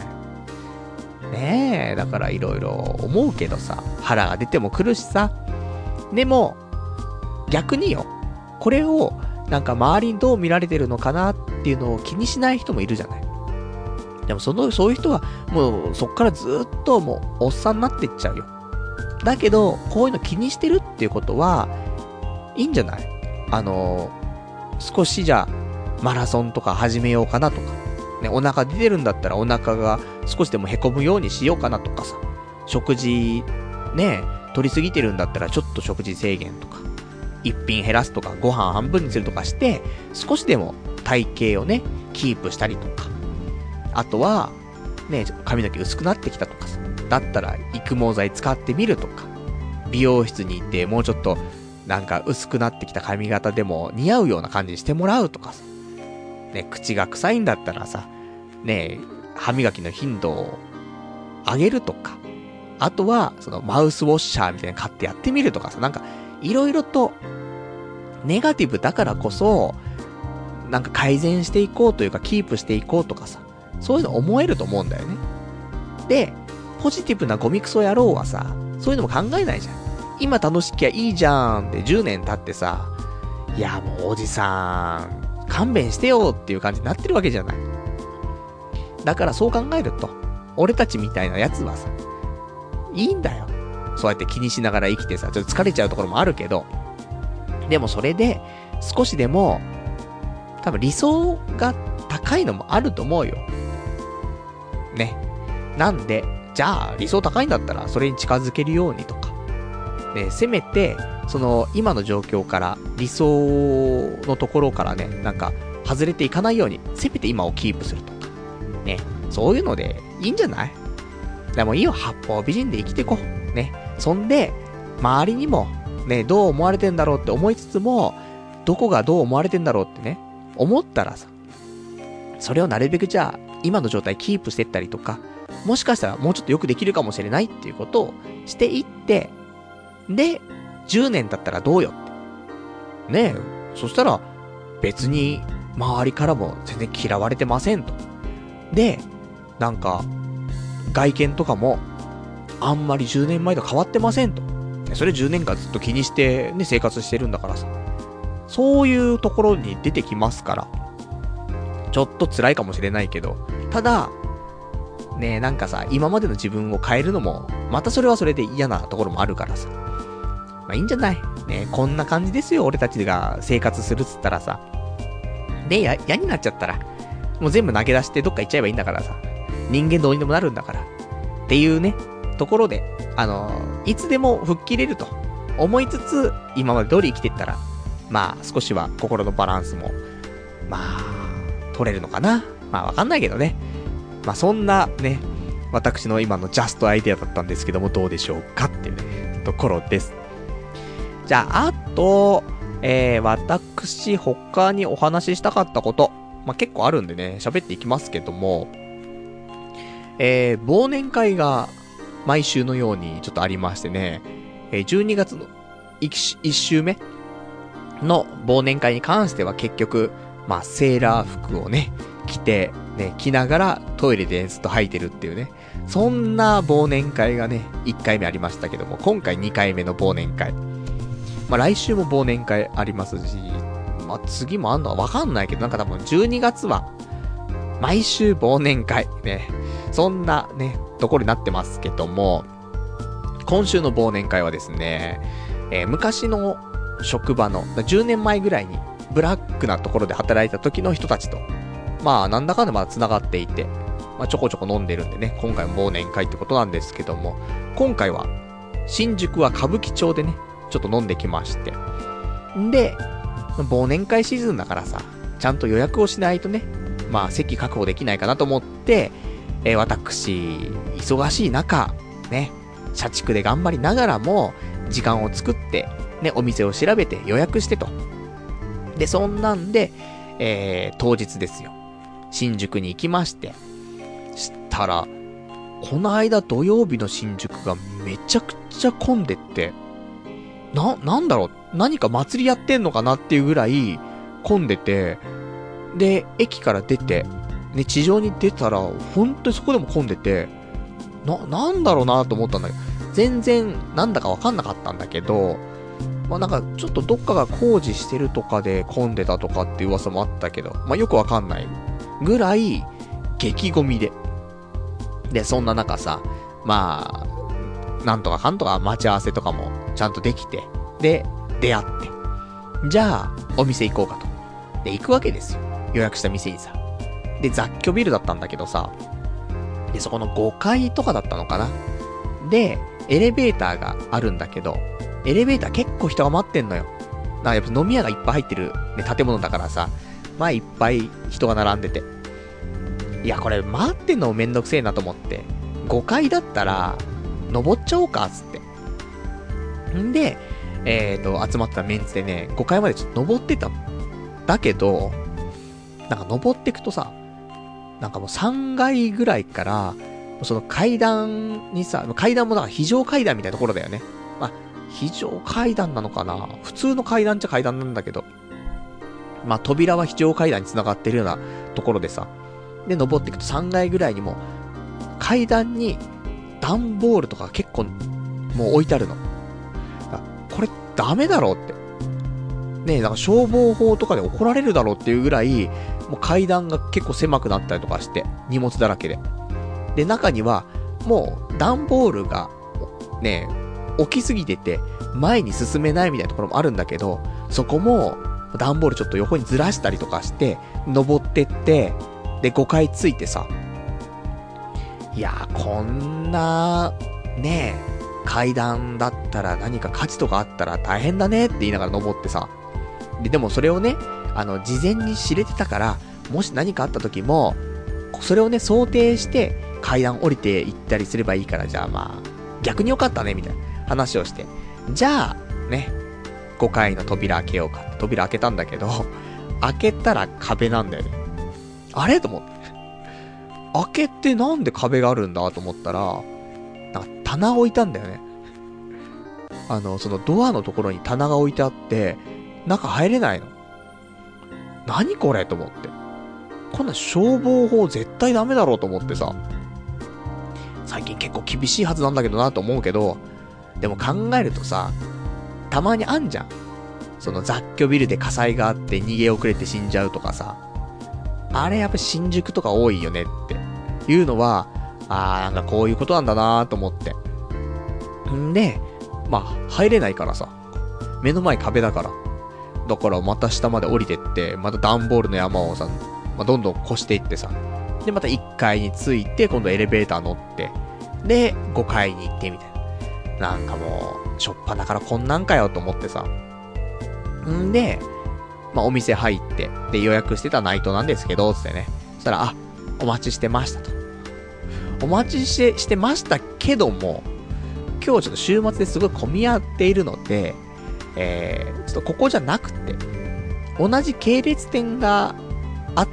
ねえ、だからいろいろ思うけどさ、腹が出ても来るしさ。でも、逆によ、これをなんか周りにどう見られてるのかなっていうのを気にしない人もいるじゃない。でもその、そういう人はもうそっからずっともうおっさんになっていっちゃうよ。だけど、こういうの気にしてるっていうことは、いいんじゃない？あのー、少しじゃマラソンとか始めようかなとか。ね、お腹出てるんだったらお腹が少しでも凹むようにしようかなとかさ。食事、ね、取りすぎてるんだったらちょっと食事制限とか。一品減らすとか、ご飯半分にするとかして、少しでも体型をね、キープしたりとか。あとは、ね、髪の毛薄くなってきたとかさ。だったら育毛剤使ってみるとか、美容室に行ってもうちょっとなんか薄くなってきた髪型でも似合うような感じにしてもらうとかさ、ね、口が臭いんだったらさ、ね、歯磨きの頻度を上げるとか、あとはそのマウスウォッシャーみたいなの買ってやってみるとかさ、なんかいろいろとネガティブだからこそなんか改善していこうというかキープしていこうとかさ、そういうの思えると思うんだよね。で、ポジティブなゴミクソ野郎はさ、そういうのも考えないじゃん。今楽しきゃいいじゃんってじゅうねん経ってさ、いやもうおじさん勘弁してよっていう感じになってるわけじゃない。だからそう考えると、俺たちみたいなやつはさ、いいんだよ。そうやって気にしながら生きてさ、ちょっと疲れちゃうところもあるけど、でもそれで少しでも多分理想が高いのもあると思うよ。ね。なんで、じゃあ理想高いんだったらそれに近づけるようにとか、ね、せめてその今の状況から理想のところからね、なんか外れていかないようにせめて今をキープするとかね、そういうのでいいんじゃない？ でもいいよ、八方美人で生きてこう。ね。そんで、周りにも、ね、どう思われてんだろうって思いつつも、どこがどう思われてんだろうってね、思ったらさ、それをなるべくじゃあ、今の状態キープしてったりとか、もしかしたらもうちょっとよくできるかもしれないっていうことをしていって、で、じゅうねん経ったらどうよって。ねえ、そしたら、別に、周りからも全然嫌われてませんと。で、なんか、外見とかも、あんまりじゅうねんまえと変わってませんと。それじゅうねんかんずっと気にしてね、生活してるんだからさ。そういうところに出てきますから。ちょっと辛いかもしれないけど。ただ、ねえ、なんかさ、今までの自分を変えるのも、またそれはそれで嫌なところもあるからさ。まあいいんじゃないねえ、こんな感じですよ、俺たちが生活するっつったらさ。で、や、嫌になっちゃったら、もう全部投げ出してどっか行っちゃえばいいんだからさ。人間どうにでもなるんだから。っていうね、ところで、あのー、いつでも吹っ切れると思いつつ、今まで通り生きていったら、まあ、少しは心のバランスも、まあ、取れるのかな。まあ、わかんないけどね。まあ、そんなね、私の今のジャストアイデアだったんですけども、どうでしょうかっていうね、ところです。じゃあ、あと、えー、私、他にお話ししたかったこと、まあ、結構あるんでね、喋っていきますけども、えー、忘年会が毎週のようにちょっとありましてね、えー、じゅうにがつのいち週目の忘年会に関しては結局、まあ、セーラー服をね、着て、ね、着ながらトイレでずっと吐いてるっていうね、そんな忘年会がね、いっかいめありましたけども、今回にかいめの忘年会。まあ、来週も忘年会ありますし、まあ、次もあんのはわかんないけど、なんか多分じゅうにがつは、毎週忘年会。ね。そんなね、ところになってますけども、今週の忘年会はですね、えー、昔の職場の、じゅうねんまえぐらいに、ブラックなところで働いた時の人たちと、まあ、なんだかんだまだ繋がっていて、まあ、ちょこちょこ飲んでるんでね、今回も忘年会ってことなんですけども、今回は、新宿は歌舞伎町でね、ちょっと飲んできまして。んで、忘年会シーズンだからさ、ちゃんと予約をしないとね、まあ席確保できないかなと思って、えー、私、忙しい中、ね、社畜で頑張りながらも、時間を作って、ね、お店を調べて予約してと。で、そんなんで、えー、当日ですよ。新宿に行きまして。したら、この間土曜日の新宿がめちゃくちゃ混んでって、な、なんだろう、何か祭りやってんのかなっていうぐらい混んでて、で、駅から出て、ね、地上に出たら、ほんとにそこでも混んでて、な、なんだろうなと思ったんだけど、全然なんだかわかんなかったんだけど、まあ、なんかちょっとどっかが工事してるとかで混んでたとかっていう噂もあったけど、まあ、よくわかんないぐらい激ゴミで。で、そんな中さ、まあ、なんとかかんとか待ち合わせとかもちゃんとできて、で、出会って、じゃあ、お店行こうかと。で、行くわけですよ。予約した店にさ。で、雑居ビルだったんだけどさ、で、そこのごかいとかだったのかな。で、エレベーターがあるんだけど、エレベーター結構人が待ってんのよ。だからやっぱ飲み屋がいっぱい入ってる、ね、建物だからさ、まあいっぱい人が並んでて。いや、これ待ってんのもめんどくせえなと思って、ごかいだったら、登っちゃおうか、つって。んで、えーと、集まったメンツでね、ごかいまでちょっと登ってたの。だけど、なんか登ってくとさ、なんかもうさんがいぐらいから、その階段にさ、階段もなんか非常階段みたいなところだよね。まあ、非常階段なのかな、普通の階段っちゃ階段なんだけど、まあ扉は非常階段に繋がってるようなところでさ、で、登っていくとさんがいぐらいにも、階段に段ボールとか結構もう置いてあるの。これダメだろうって。ねえ、なんか消防法とかで怒られるだろうっていうぐらい、もう階段が結構狭くなったりとかして、荷物だらけで。で、中には、もう段ボールが、ねえ、置きすぎてて、前に進めないみたいなところもあるんだけど、そこも、段ボールちょっと横にずらしたりとかして、登ってって、で、ごかいついてさ、いやー、こんな、ねえ、階段だったら何か価値とかあったら大変だねって言いながら登ってさ、で、でもそれをね、あの、事前に知れてたから、もし何かあった時も、それをね、想定して、 階段降りて行ったりすればいいから、じゃあまあ、逆によかったね、みたいな話をして。じゃあ、ね、ごかいの扉開けようか。扉開けたんだけど、開けたら壁なんだよね。あれと思って。開けてなんで壁があるんだと思ったら、なんか棚置いたんだよね。あの、そのドアのところに棚が置いてあって、中入れないの。何これと思って。こんな消防法絶対ダメだろうと思ってさ。最近結構厳しいはずなんだけどなと思うけど、でも考えるとさ、たまにあんじゃん。その雑居ビルで火災があって逃げ遅れて死んじゃうとかさ。あれやっぱ新宿とか多いよねっていうのは、あーなんかこういうことなんだなーと思って。んで、まあ入れないからさ。目の前壁だから。だからまた下まで降りてって、また段ボールの山をさ、まあ、どんどん越していってさ。で、またいっかいに着いて、今度エレベーター乗って、で、ごかいに行ってみたいな。なんかもう、しょっぱだからこんなんかよと思ってさ。んで、まあ、お店入って、で、予約してたナイトなんですけど、つってね。そしたら、あ、お待ちしてましたと。お待ちして、してましたけども、今日ちょっと週末ですごい混み合っているので、えー、ちょっとここじゃなくて、同じ系列店があって、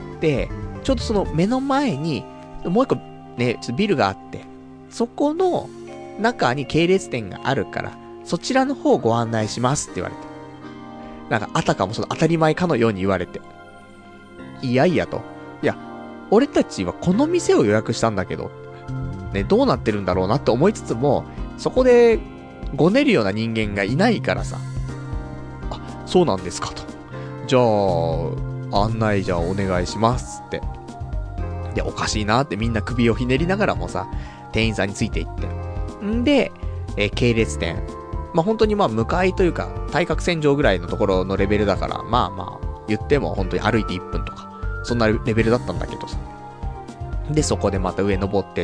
ちょっとその目の前に、もう一個ね、ちょっとビルがあって、そこの中に系列店があるから、そちらの方ご案内しますって言われて。なんかあたかもその当たり前かのように言われて。いやいやと。いや、俺たちはこの店を予約したんだけど、ね、どうなってるんだろうなって思いつつも、そこでごねるような人間がいないからさ。あ、そうなんですかと。じゃあ、案内じゃあお願いしますって。で、おかしいなってみんな首をひねりながらもさ、店員さんについていって。んで、えー、系列店。まあ、本当にまあ、向かいというか、対角線上ぐらいのところのレベルだから、まあまあ、言っても本当に歩いていっぷんとか、そんなレベルだったんだけどさ。で、そこでまた上登ってって、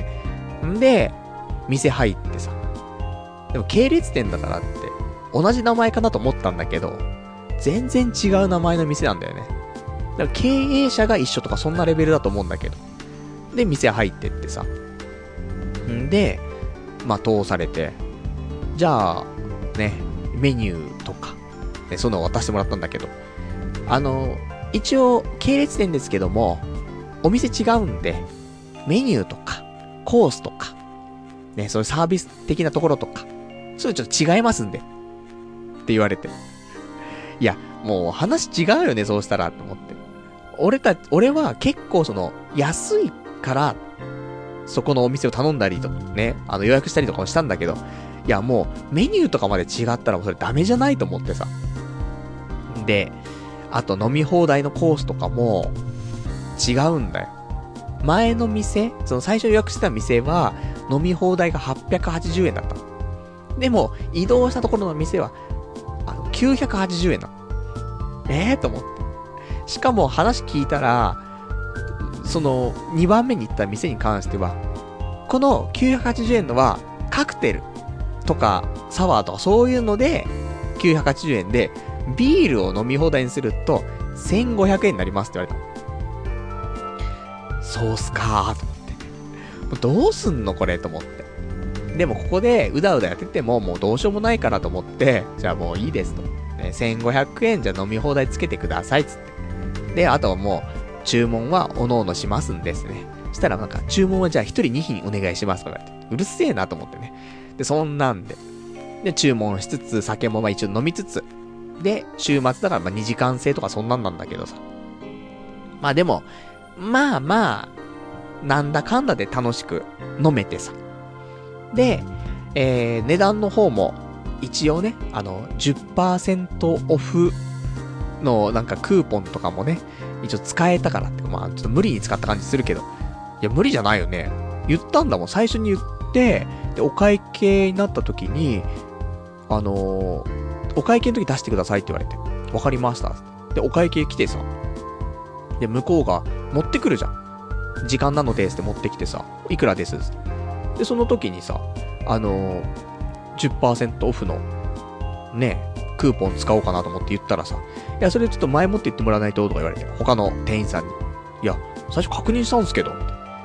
んで、店入ってさ。でも系列店だからって、同じ名前かなと思ったんだけど、全然違う名前の店なんだよね。だから経営者が一緒とかそんなレベルだと思うんだけど。で、店入ってってさ。んで、まあ、通されて、じゃあ、ね、メニューとか、ね、そういうのを渡してもらったんだけど、あの、一応、系列店ですけども、お店違うんで、メニューとか、コースとか、ね、そういうサービス的なところとか、そういうちょっと違いますんで、って言われて。いや、もう話違うよね、そうしたら、と思って。俺た、俺は結構その、安いから、そこのお店を頼んだりとかね、あの予約したりとかもしたんだけど、いやもうメニューとかまで違ったらもうそれダメじゃないと思ってさ。で、あと飲み放題のコースとかも違うんだよ。前の店、その最初予約してた店は飲み放題がはっぴゃくはちじゅうえんだった。でも移動したところの店はあのきゅうひゃくはちじゅうえんなの。えーと思って。しかも話聞いたら、そのにばんめに行った店に関しては、このきゅうひゃくはちじゅうえんのはカクテルとかサワーとかそういうのできゅうひゃくはちじゅうえんで、ビールを飲み放題にするとせんごひゃくえんになりますって言われた。そうっすかーと思って、どうすんのこれと思って。でもここでうだうだやっててももうどうしようもないからと思って、じゃあもういいですと、ね、せんごひゃくえんじゃ飲み放題つけてくださいっつって。で、あとはもう注文はおのおのしますんですね。したらなんか注文はじゃあひとりに品お願いしますとか言われて、うるせえなと思ってね。で、そんなんで。で、注文しつつ、酒もまあ一応飲みつつ。で、週末だからまあにじかん制とかそんなんなんだけどさ。まあでも、まあまあ、なんだかんだで楽しく飲めてさ。で、えー、値段の方も、一応ね、あの、じゅっパーセント オフのなんかクーポンとかもね、一応使えたからって、まあちょっと無理に使った感じするけど。いや、無理じゃないよね。言ったんだもん、最初に言って、で、お会計になった時に、あのー、お会計の時出してくださいって言われて、わかりました。で、お会計来てさ、で、向こうが持ってくるじゃん。時間なのですって持ってきてさ、いくらですって。で、その時にさ、あのー、じゅっパーセント オフの、ね、クーポン使おうかなと思って言ったらさ、いや、それちょっと前もって言ってもらわないととか言われて、他の店員さんに。いや、最初確認したんですけど、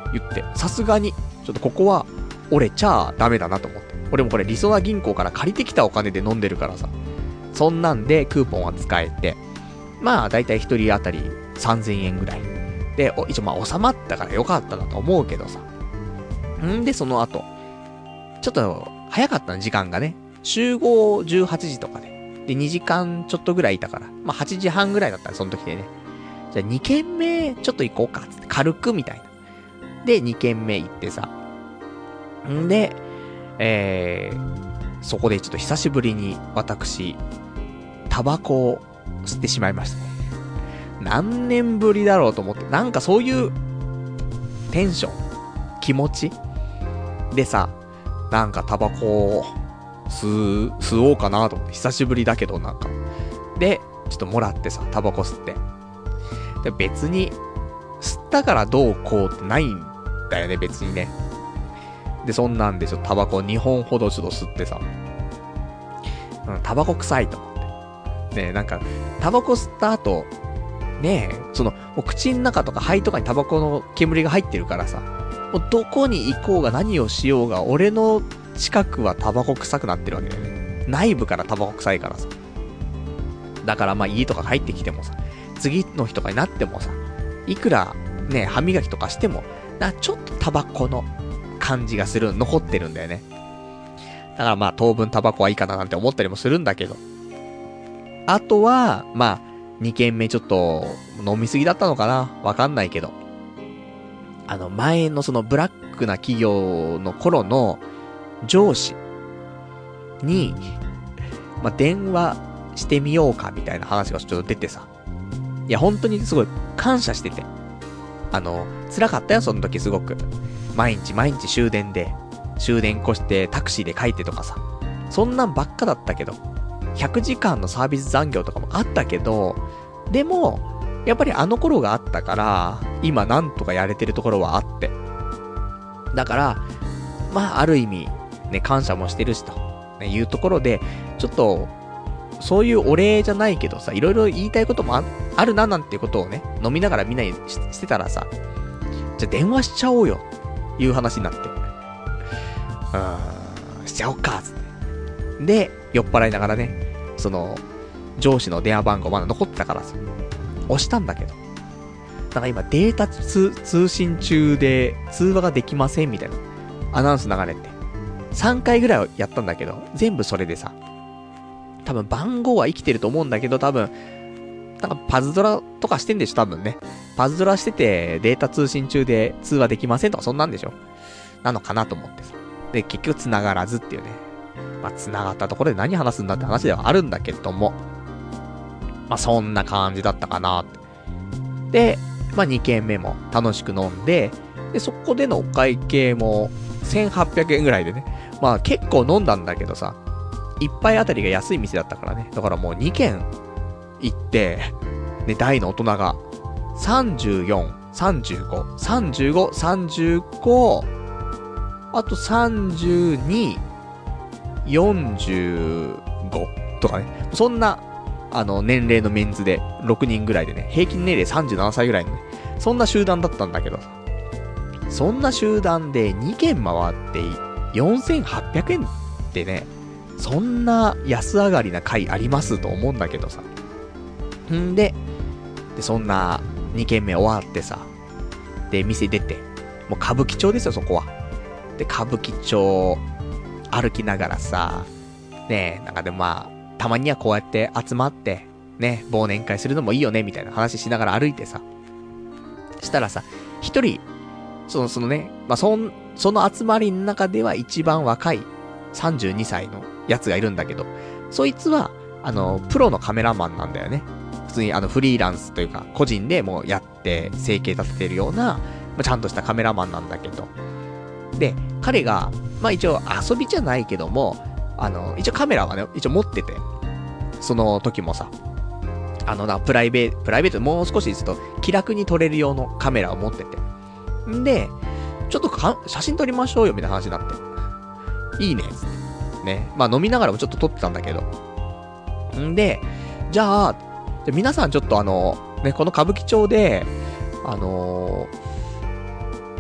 言って、さすがに、ちょっとここは、折れちゃダメだなと思って。俺もこれ、りそな銀行から借りてきたお金で飲んでるからさ。そんなんで、クーポンは使えて、まあ、だいたい一人当たりさんぜんえんぐらい。で、一応まあ、収まったからよかったなと思うけどさ。んで、その後、ちょっと、早かったの、時間がね。集合じゅうはちじとかで。で、にじかんちょっとぐらいいたから。まあ、はちじはんぐらいだったね、その時でね。じゃあ、に軒目、ちょっと行こうか、つって、軽く、みたいな。で、に軒目行ってさ。んで、えー、そこでちょっと久しぶりに、私、タバコを吸ってしまいましたね。何年ぶりだろうと思って、なんかそういう、テンション、気持ちでさ、なんかタバコを吸う、吸おうかなと思って、久しぶりだけどなんか。で、ちょっともらってさ、タバコ吸って。で、別に、吸ったからどうこうってないんだよね、別にね。で、そんなんでちょっとタバコにほんほどちょっと吸ってさ、うん、タバコ臭いと思って。ね、なんか、タバコ吸った後、ねえ、その、もう口の中とか肺とかにタバコの煙が入ってるからさ、もうどこに行こうが何をしようが、俺の近くはタバコ臭くなってるわけだよね。内部からタバコ臭いからさ。だからまあ家とか入ってきてもさ、次の日とかになってもさ、いくらね、歯磨きとかしても、な、ちょっとタバコの感じがする、残ってるんだよね。だからまあ当分タバコはいいかななんて思ったりもするんだけど。あとは、まあ、に軒目ちょっと飲みすぎだったのかなわかんないけど。あの前のそのブラックな企業の頃の上司に、まあ、電話してみようかみたいな話がちょっと出てさ。いや本当にすごい感謝してて。あの、辛かったよその時すごく。毎日毎日終電で、終電越してタクシーで帰ってとかさ。そんなんばっかだったけど。ひゃくじかんのサービス残業とかもあったけど、でも、やっぱりあの頃があったから、今なんとかやれてるところはあって。だから、まあある意味、ね、感謝もしてるしと、ね、いうところで、ちょっと、そういうお礼じゃないけどさ、いろいろ言いたいことも あ, あるななんていうことをね、飲みながらみんなに し, してたらさ、じゃあ電話しちゃおうよ、いう話になって。うーん、しちゃおっか、つって。で、酔っ払いながらね、その、上司の電話番号まだ残ってたからさ、押したんだけど。なんか今データ通、通信中で通話ができませんみたいなアナウンス流れて。さんかいぐらいやったんだけど、全部それでさ、多分番号は生きてると思うんだけど、多分、なんかパズドラとかしてんでしょ、多分ね。パズドラしててデータ通信中で通話できませんとかそんなんでしょ。なのかなと思ってさ。で、結局繋がらずっていうね。まあ、繋がったところで何話すんだって話ではあるんだけども。まあ、そんな感じだったかなって。で、まあ、に軒目も楽しく飲んで、で、そこでのお会計もせんはっぴゃくえんぐらいでね。まあ、結構飲んだんだけどさ、一杯あたりが安い店だったからね。だからもうに軒行って、ね、大の大人が、さんじゅうよん、さんじゅうご、さんじゅうご、さんじゅうご、あとさんじゅうに、よんじゅうごとかね。そんな、あの、年齢のメンズでろくにんぐらいでね、平均年齢さんじゅうななさいぐらいのね、そんな集団だったんだけどさ。そんな集団でに軒回ってよんせんはっぴゃくえんってね、そんな安上がりな回ありますと思うんだけどさ。んで、で、そんなに軒目終わってさ、で、店出て、もう歌舞伎町ですよ、そこは。で、歌舞伎町、歩きながらさ、ねえ、なんかでもまあ、たまにはこうやって集まって、ね、忘年会するのもいいよね、みたいな話しながら歩いてさ。したらさ、一人、その、そのね、まあ、そん、その集まりの中では一番若いさんじゅうにさいのやつがいるんだけど、そいつは、あの、プロのカメラマンなんだよね。普通にあの、フリーランスというか、個人でもうやって生計立ててるような、まあ、ちゃんとしたカメラマンなんだけど。で、彼が、まあ、一応遊びじゃないけども、あの、一応カメラはね、一応持ってて、その時もさ、あのな、プライベート、プライベートもう少しちょっと気楽に撮れる用のカメラを持ってて。んで、ちょっとか写真撮りましょうよみたいな話になって。いいね、つって。ね。まあ飲みながらもちょっと撮ってたんだけど。んで、じゃあ、じゃ皆さんちょっとあの、ね、この歌舞伎町で、あのー、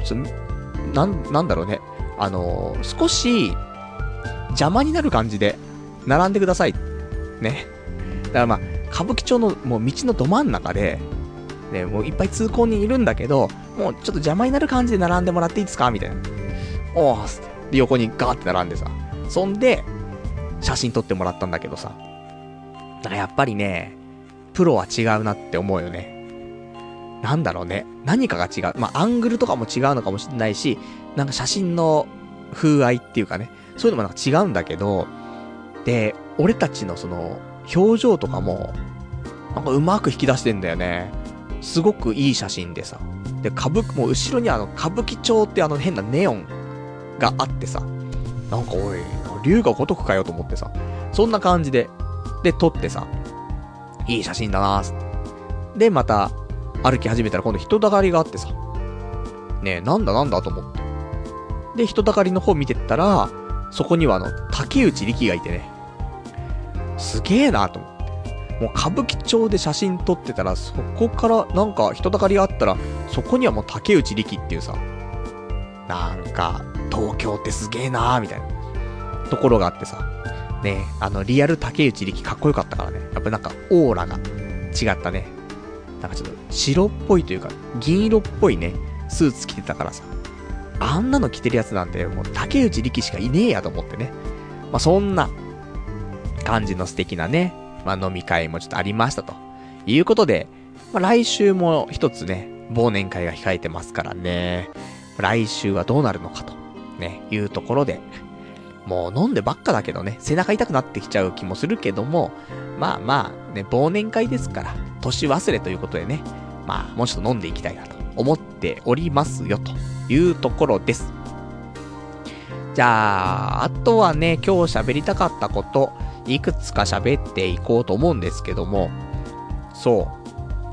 ちょなん、なんだろうね。あのー、少し、邪魔になる感じで、並んでください。ね。だからまあ、歌舞伎町のもう道のど真ん中で、ね、もういっぱい通行人いるんだけど、もうちょっと邪魔になる感じで並んでもらっていいですかみたいな。おーすで、横にガーって並んでさ。そんで、写真撮ってもらったんだけどさ。だからやっぱりね、プロは違うなって思うよね。なんだろうね。何かが違う。まあ、アングルとかも違うのかもしれないし、なんか写真の風合いっていうかね、そういうのもなんか違うんだけど、で、俺たちのその、表情とかも、なんかうまく引き出してんだよね。すごくいい写真でさ。で、歌舞伎、もう後ろにあの、歌舞伎町ってあの変なネオンがあってさ、なんかおい、龍が如くかよと思ってさ、そんな感じで、で、撮ってさ、いい写真だなーって。で、また、歩き始めたら今度人だかりがあってさ、ねえ、なんだなんだと思って。で、人だかりの方見てったら、そこにはあの、竹内力がいてね、すげえなと思って。もう歌舞伎町で写真撮ってたら、そこからなんか人だかりがあったら、そこにはもう竹内力っていうさ、なんか、東京ってすげえなーみたいな、ところがあってさ、ねえ、あの、リアル竹内力かっこよかったからね。やっぱなんか、オーラが違ったね。なんかちょっと白っぽいというか、銀色っぽいね、スーツ着てたからさ。あんなの着てるやつなんて、もう竹内力しかいねえやと思ってね。まあ、そんな感じの素敵なね、まあ、飲み会もちょっとありましたということで、まあ、来週も一つね、忘年会が控えてますからね。来週はどうなるのかと、ね、いうところで、もう飲んでばっかだけどね、背中痛くなってきちゃう気もするけども、まあまあ、ね、忘年会ですから、年忘れということでね、まあ、もうちょっと飲んでいきたいなと思っておりますよ、というところです。じゃあ、あとはね、今日喋りたかったこと、いくつか喋っていこうと思うんですけども、そう、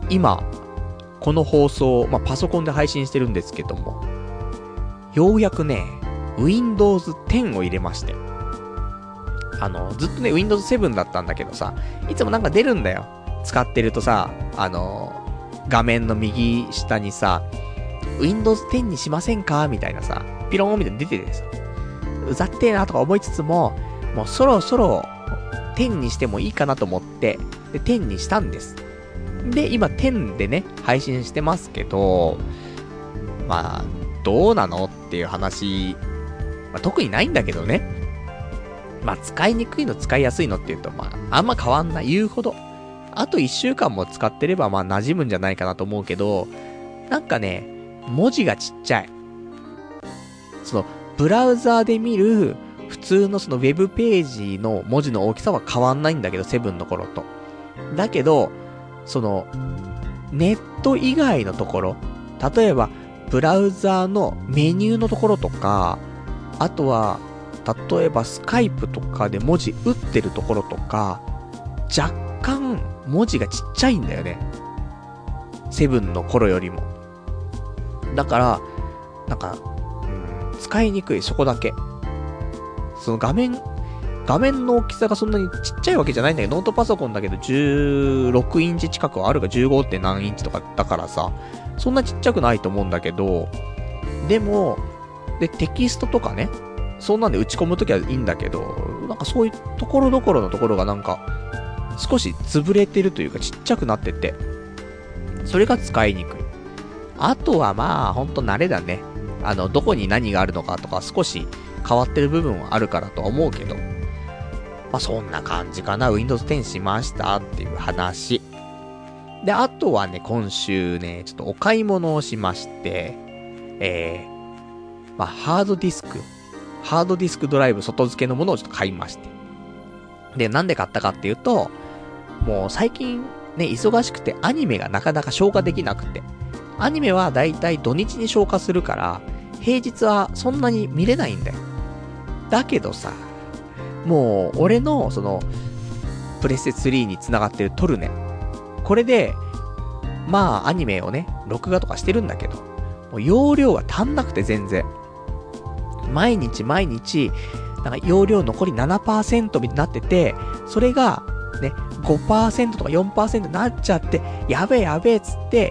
今、この放送、まあ、パソコンで配信してるんですけども、ようやくね、ウィンドウズテン を入れまして。あの、ずっとね、ウィンドウズセブン だったんだけどさ、いつもなんか出るんだよ。使ってるとさ、あの、画面の右下にさ、ウィンドウズテン にしませんかみたいなさ、ピローンみたいに出ててさ、うざってえなとか思いつつも、もうそろそろテンにしてもいいかなと思って、で、テンにしたんです。で、今テンでね、配信してますけど、まあ、どうなのっていう話、まあ、特にないんだけどね。まあ、使いにくいの使いやすいのっていうと、まあ、あんま変わんない。言うほど。あといっしゅうかんも使ってれば、まあ、馴染むんじゃないかなと思うけど、なんかね、文字がちっちゃい。その、ブラウザーで見る、普通のそのウェブページの文字の大きさは変わんないんだけど、セブンの頃と。だけど、その、ネット以外のところ、例えば、ブラウザーのメニューのところとか、あとは、例えばスカイプとかで文字打ってるところとか、若干文字がちっちゃいんだよね。セブンの頃よりも。だから、なんか、うん、使いにくい、そこだけ。その画面、画面の大きさがそんなにちっちゃいわけじゃないんだけど、ノートパソコンだけどじゅうろくインチ近くはあるか じゅうご. 点何インチとかだからさ、そんなちっちゃくないと思うんだけど、でも、で、テキストとかね、そんなんで打ち込むときはいいんだけど、なんかそういうところどころのところがなんか、少し潰れてるというかちっちゃくなってて、それが使いにくい。あとはまあ、ほんと慣れだね。あの、どこに何があるのかとか少し変わってる部分はあるからとは思うけど、まあそんな感じかな。ウィンドウズテン しましたっていう話。で、あとはね、今週ね、ちょっとお買い物をしまして、えー、まあハードディスク、ハードディスクドライブ外付けのものをちょっと買いまして。で、なんで買ったかっていうと、もう最近ね、忙しくてアニメがなかなか消化できなくて。アニメはだいたい土日に消化するから、平日はそんなに見れないんだよ。だけどさ、もう俺のその、プレステスリーに繋がってるトルネ。これで、まあアニメをね、録画とかしてるんだけど、もう容量が足んなくて全然。毎日毎日、なんか容量残り ななパーセント になってて、それがね、ごパーセント とか よんパーセント になっちゃって、やべえやべえっつって、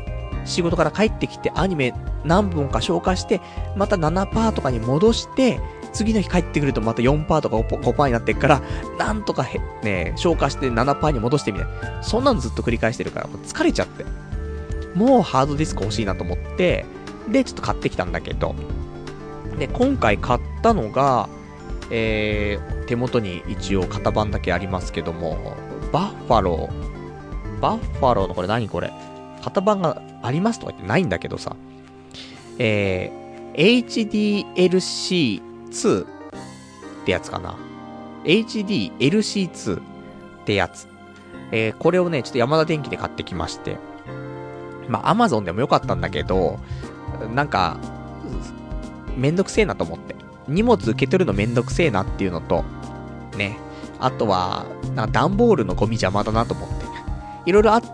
仕事から帰ってきてアニメ何本か消化して、また ななパーセント とかに戻して、次の日帰ってくるとまた よんパーセント とか ごパーセント になってっから、なんとかへ、ね、消化して ななパーセント に戻してみたいな。そんなのずっと繰り返してるから、もう疲れちゃって。もうハードディスク欲しいなと思って、で、ちょっと買ってきたんだけど、で、今回買ったのが、えー、手元に一応型番だけありますけども、バッファロー、バッファローのこれ何これ型番がありますとか言ってないんだけどさ、えー、エイチディーエルシーツー ってやつかな。エイチディーエルシーツー ってやつ。えー、これをね、ちょっとヤマダ電機で買ってきまして。まあ、アマゾンでもよかったんだけど、なんか、めんどくせえなと思って。荷物受け取るのめんどくせえなっていうのと、ね。あとは、なんか段ボールのゴミ邪魔だなと思って。いろいろあって、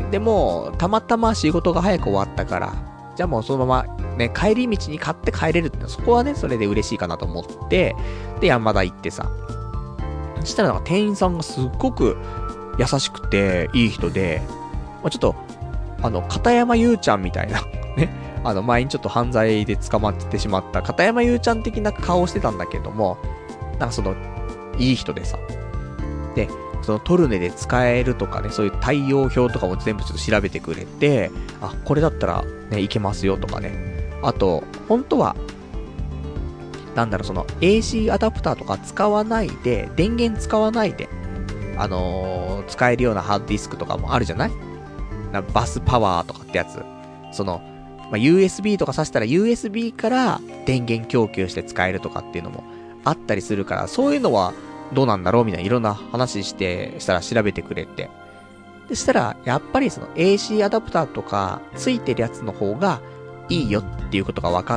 でも、たまたま仕事が早く終わったから、じゃあもうそのまま、ね、帰り道に買って帰れるって、そこはね、それで嬉しいかなと思って、で、山田行ってさ。そしたらなんか店員さんがすっごく優しくて、いい人で、まあ、ちょっと、あの、片山優ちゃんみたいな、ね、あの、前にちょっと犯罪で捕まってしまった片山優ちゃん的な顔をしてたんだけども、なんかその、いい人でさ。で、そのトルネで使えるとかね、そういう対応表とかも全部ちょっと調べてくれて、あ、これだったらね、いけますよとかね。あと、本当は、なんだろう、その エーシー アダプターとか使わないで、電源使わないで、あのー、使えるようなハードディスクとかもあるじゃない？なバスパワーとかってやつ。その、まあ、ユーエスビー とか挿したら ユーエスビー から電源供給して使えるとかっていうのもあったりするから、そういうのはどうなんだろうみたいないろんな話して、したら調べてくれて。でしたら、やっぱりその エーシー アダプターとかついてるやつの方がいいよっていうことが分かって、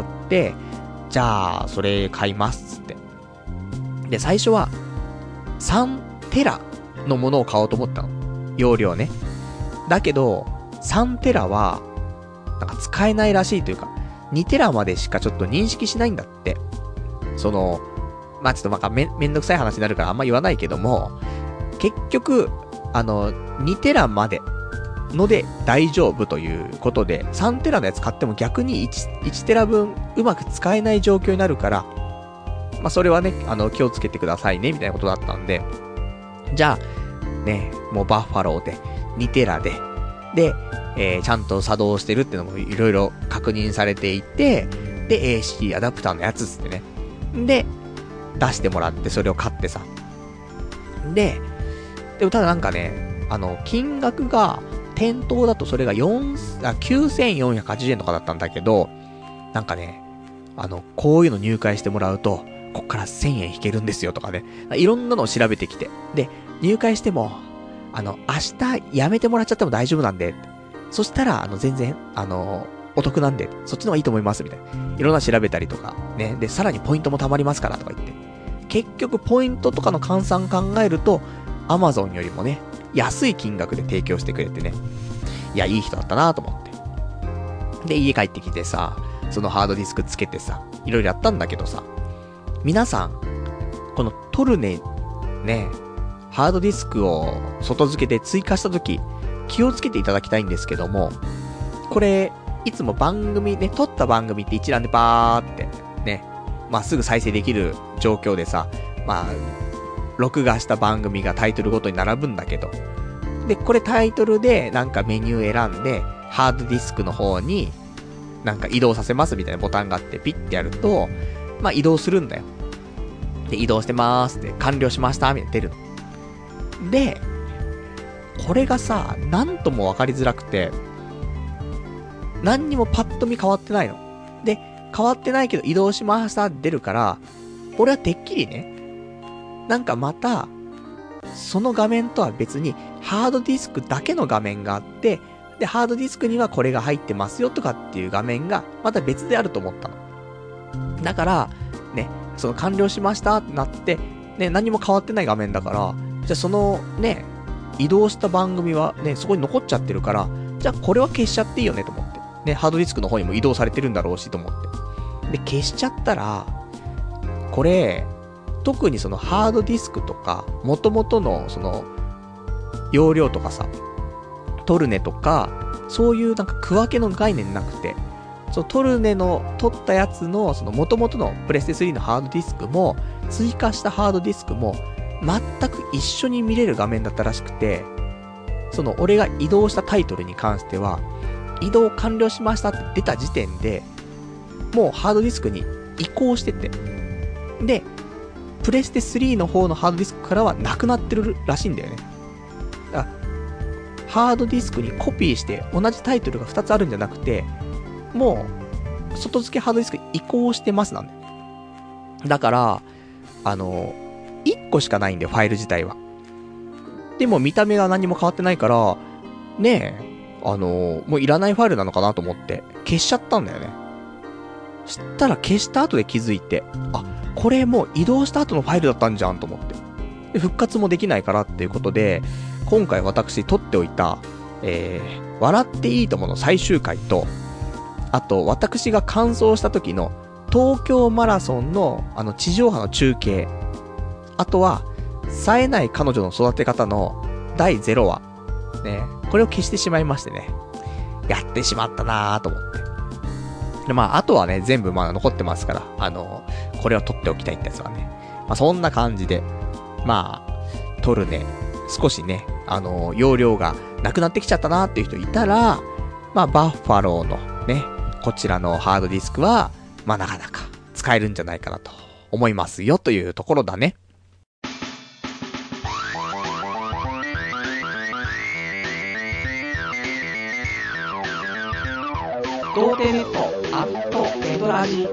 じゃあ、それ買いますっつって。で、最初はさんテラのものを買おうと思ったの。容量ね。だけど、さんテラは、なんか使えないらしいというか、にテラまでしかちょっと認識しないんだって。その、まあ、ちょっとなんかめ、めんどくさい話になるからあんま言わないけども、結局、あの、にテラまでので大丈夫ということで、さんテラのやつ買っても逆に 1, いちテラ分うまく使えない状況になるから、まあ、それはね、あの、気をつけてくださいね、みたいなことだったんで、じゃあ、ね、もうバッファローで、にテラで、で、えー、ちゃんと作動してるっていうのもいろいろ確認されていて、で、エーシー アダプターのやつっつってね。で、出してもらってそれを買ってさ。で、でもただなんかね、あの、金額が、店頭だとそれがよん、あ、きゅうせんよんひゃくはちじゅうえんとかだったんだけど、なんかね、あの、こういうの入会してもらうと、こっからせんえん引けるんですよとかね。いろんなのを調べてきて。で、入会しても、あの、明日やめてもらっちゃっても大丈夫なんで、そしたら、あの、全然、あの、お得なんで、そっちの方がいいと思います、みたいな。いろんな調べたりとか、ね。で、さらにポイントも貯まりますから、とか言って。結局、ポイントとかの換算考えると、アマゾンよりもね、安い金額で提供してくれてね。いや、いい人だったなと思って。で、家帰ってきてさ、そのハードディスクつけてさ、いろいろやったんだけどさ、皆さん、このトルネ、ね、ハードディスクを外付けで追加したとき、気をつけていただきたいんですけども、これ、いつも番組ね、撮った番組って一覧でバーって、ね、まあ、すぐ再生できる状況でさ、まあ、録画した番組がタイトルごとに並ぶんだけど、で、これタイトルでなんかメニュー選んで、ハードディスクの方になんか移動させますみたいなボタンがあって、ピッてやると、まあ、移動するんだよ。で、移動してまーすって、完了しましたみたいな出るの。で、これがさ、なんともわかりづらくて、何にもパッと見変わってないの。で、変わってないけど移動しましたって出るから、俺はてっきりね、なんかまた、その画面とは別にハードディスクだけの画面があって、で、ハードディスクにはこれが入ってますよとかっていう画面がまた別であると思ったの。だから、ね、その完了しましたってなって、ね、何も変わってない画面だから、じゃあそのね、移動した番組はね、そこに残っちゃってるから、じゃあこれは消しちゃっていいよねと思って。ね、ハードディスクの方にも移動されてるんだろうしと思って。で、消しちゃったら、これ、特にそのハードディスクとか、元々のその、容量とかさ、トルネとか、 そういうなんか区分けの概念なくて、そのトルネの取ったやつのその元々のプレステスリーのハードディスクも追加したハードディスクも全く一緒に見れる画面だったらしくて、その俺が移動したタイトルに関しては移動完了しましたって出た時点でもうハードディスクに移行してて、でプレステスリーの方のハードディスクからはなくなってるらしいんだよね。だからハードディスクにコピーして同じタイトルがふたつあるんじゃなくて、もう外付けハードディスクに移行してますなんだよ。だからあのいっこしかないんだよ、ファイル自体は。でも見た目が何も変わってないからねえ、あのもういらないファイルなのかなと思って消しちゃったんだよね。そしたら消した後で気づいて、あ、これもう移動した後のファイルだったんじゃんと思って、で復活もできないからっていうことで、今回私撮っておいた、えー、笑っていいともの最終回と、あと私が完走した時の東京マラソンのあの地上波の中継、あとは冴えない彼女の育て方のだいゼロわね、これを消してしまいましてね、やってしまったなーと思って。でまああとはね全部まだ残ってますから、あのー、これを撮っておきたいってやつはね、まあそんな感じでまあ撮るね、少しねあのー、容量がなくなってきちゃったなーっていう人いたら、まあバッファローのねこちらのハードディスクはまあなかなか使えるんじゃないかなと思いますよというところだね。童貞ネットアットエドラジ。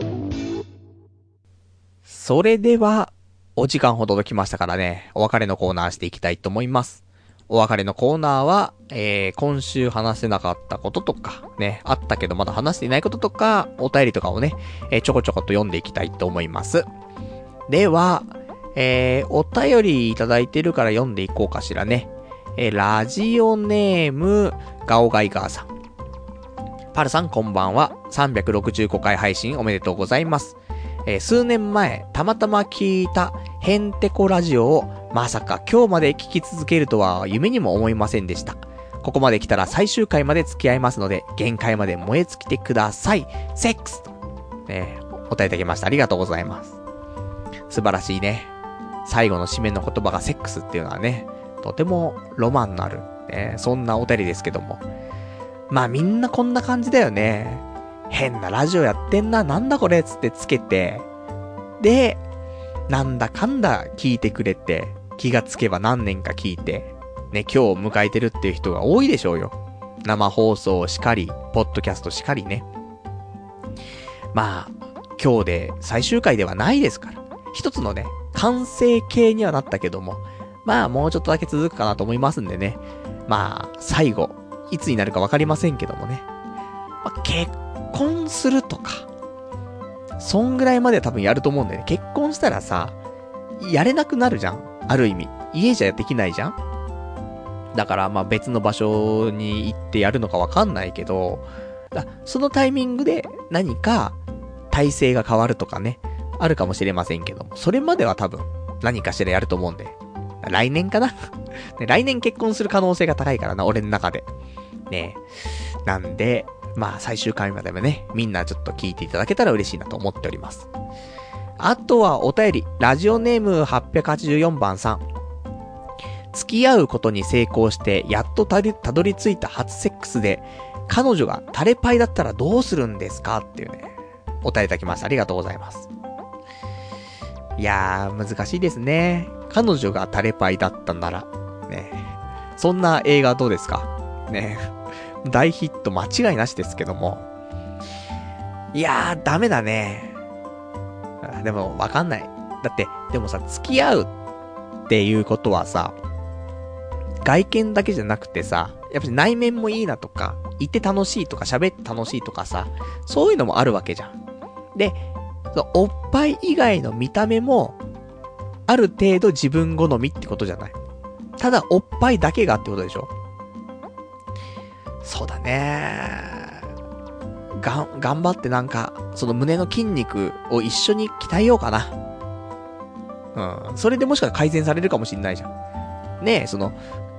それではお時間ほどときましたからね、お別れのコーナーしていきたいと思います。お別れのコーナーは、えー、今週話せなかったこととかね、あったけどまだ話していないこととか、お便りとかをね、えー、ちょこちょこと読んでいきたいと思います。では、えー、お便りいただいてるから読んでいこうかしらね。えー、ラジオネームガオガイガーさん。パルさんこんばんは。さんびゃくろくじゅうごかい配信おめでとうございます。えー、数年前たまたま聞いたヘンテコラジオをまさか今日まで聞き続けるとは夢にも思いませんでした。ここまで来たら最終回まで付き合いますので限界まで燃え尽きてください。セックスと、ね、お答えいただきました。ありがとうございます。素晴らしいね。最後の締めの言葉がセックスっていうのはね、とてもロマンのある、ね、そんなお便りですけども、まあみんなこんな感じだよね。変なラジオやってんな、なんだこれつってつけて、でなんだかんだ聞いてくれて、気がつけば何年か聞いてね、今日を迎えてるっていう人が多いでしょうよ。生放送しかり、ポッドキャストしかりね。まあ今日で最終回ではないですから、一つのね完成形にはなったけども、まあもうちょっとだけ続くかなと思いますんでね。まあ最後いつになるかわかりませんけどもね、まあ、結婚するとかそんぐらいまで多分やると思うんだよね。結婚したらさやれなくなるじゃん、ある意味家じゃできないじゃん。だからまあ別の場所に行ってやるのかわかんないけど、だそのタイミングで何か体制が変わるとかね、あるかもしれませんけども、それまでは多分何かしらやると思うんで、来年かなね、来年結婚する可能性が高いからな、俺の中でね。なんでまあ最終回までもね、みんなちょっと聞いていただけたら嬉しいなと思っております。あとはお便り、ラジオネームはっぴゃくはちじゅうよんばんさん。付き合うことに成功してやっとたりたどり着いた初セックスで彼女がタレパイだったらどうするんですかっていうね、お便りいただきました。ありがとうございます。いやー難しいですね。彼女がタレパイだったならね、そんな映画どうですかね。大ヒット間違いなしですけども、いやーダメだね。でもわかんない。だってでもさ、付き合うっていうことはさ、外見だけじゃなくてさ、やっぱり内面もいいなとか、いて楽しいとか、喋って楽しいとかさ、そういうのもあるわけじゃん。で、おっぱい以外の見た目もある程度自分好みってことじゃない。ただおっぱいだけがってことでしょ。そうだね。がん、頑張ってなんかその胸の筋肉を一緒に鍛えようかな。うん。それでもしかしたら改善されるかもしんないじゃん。ねえ、その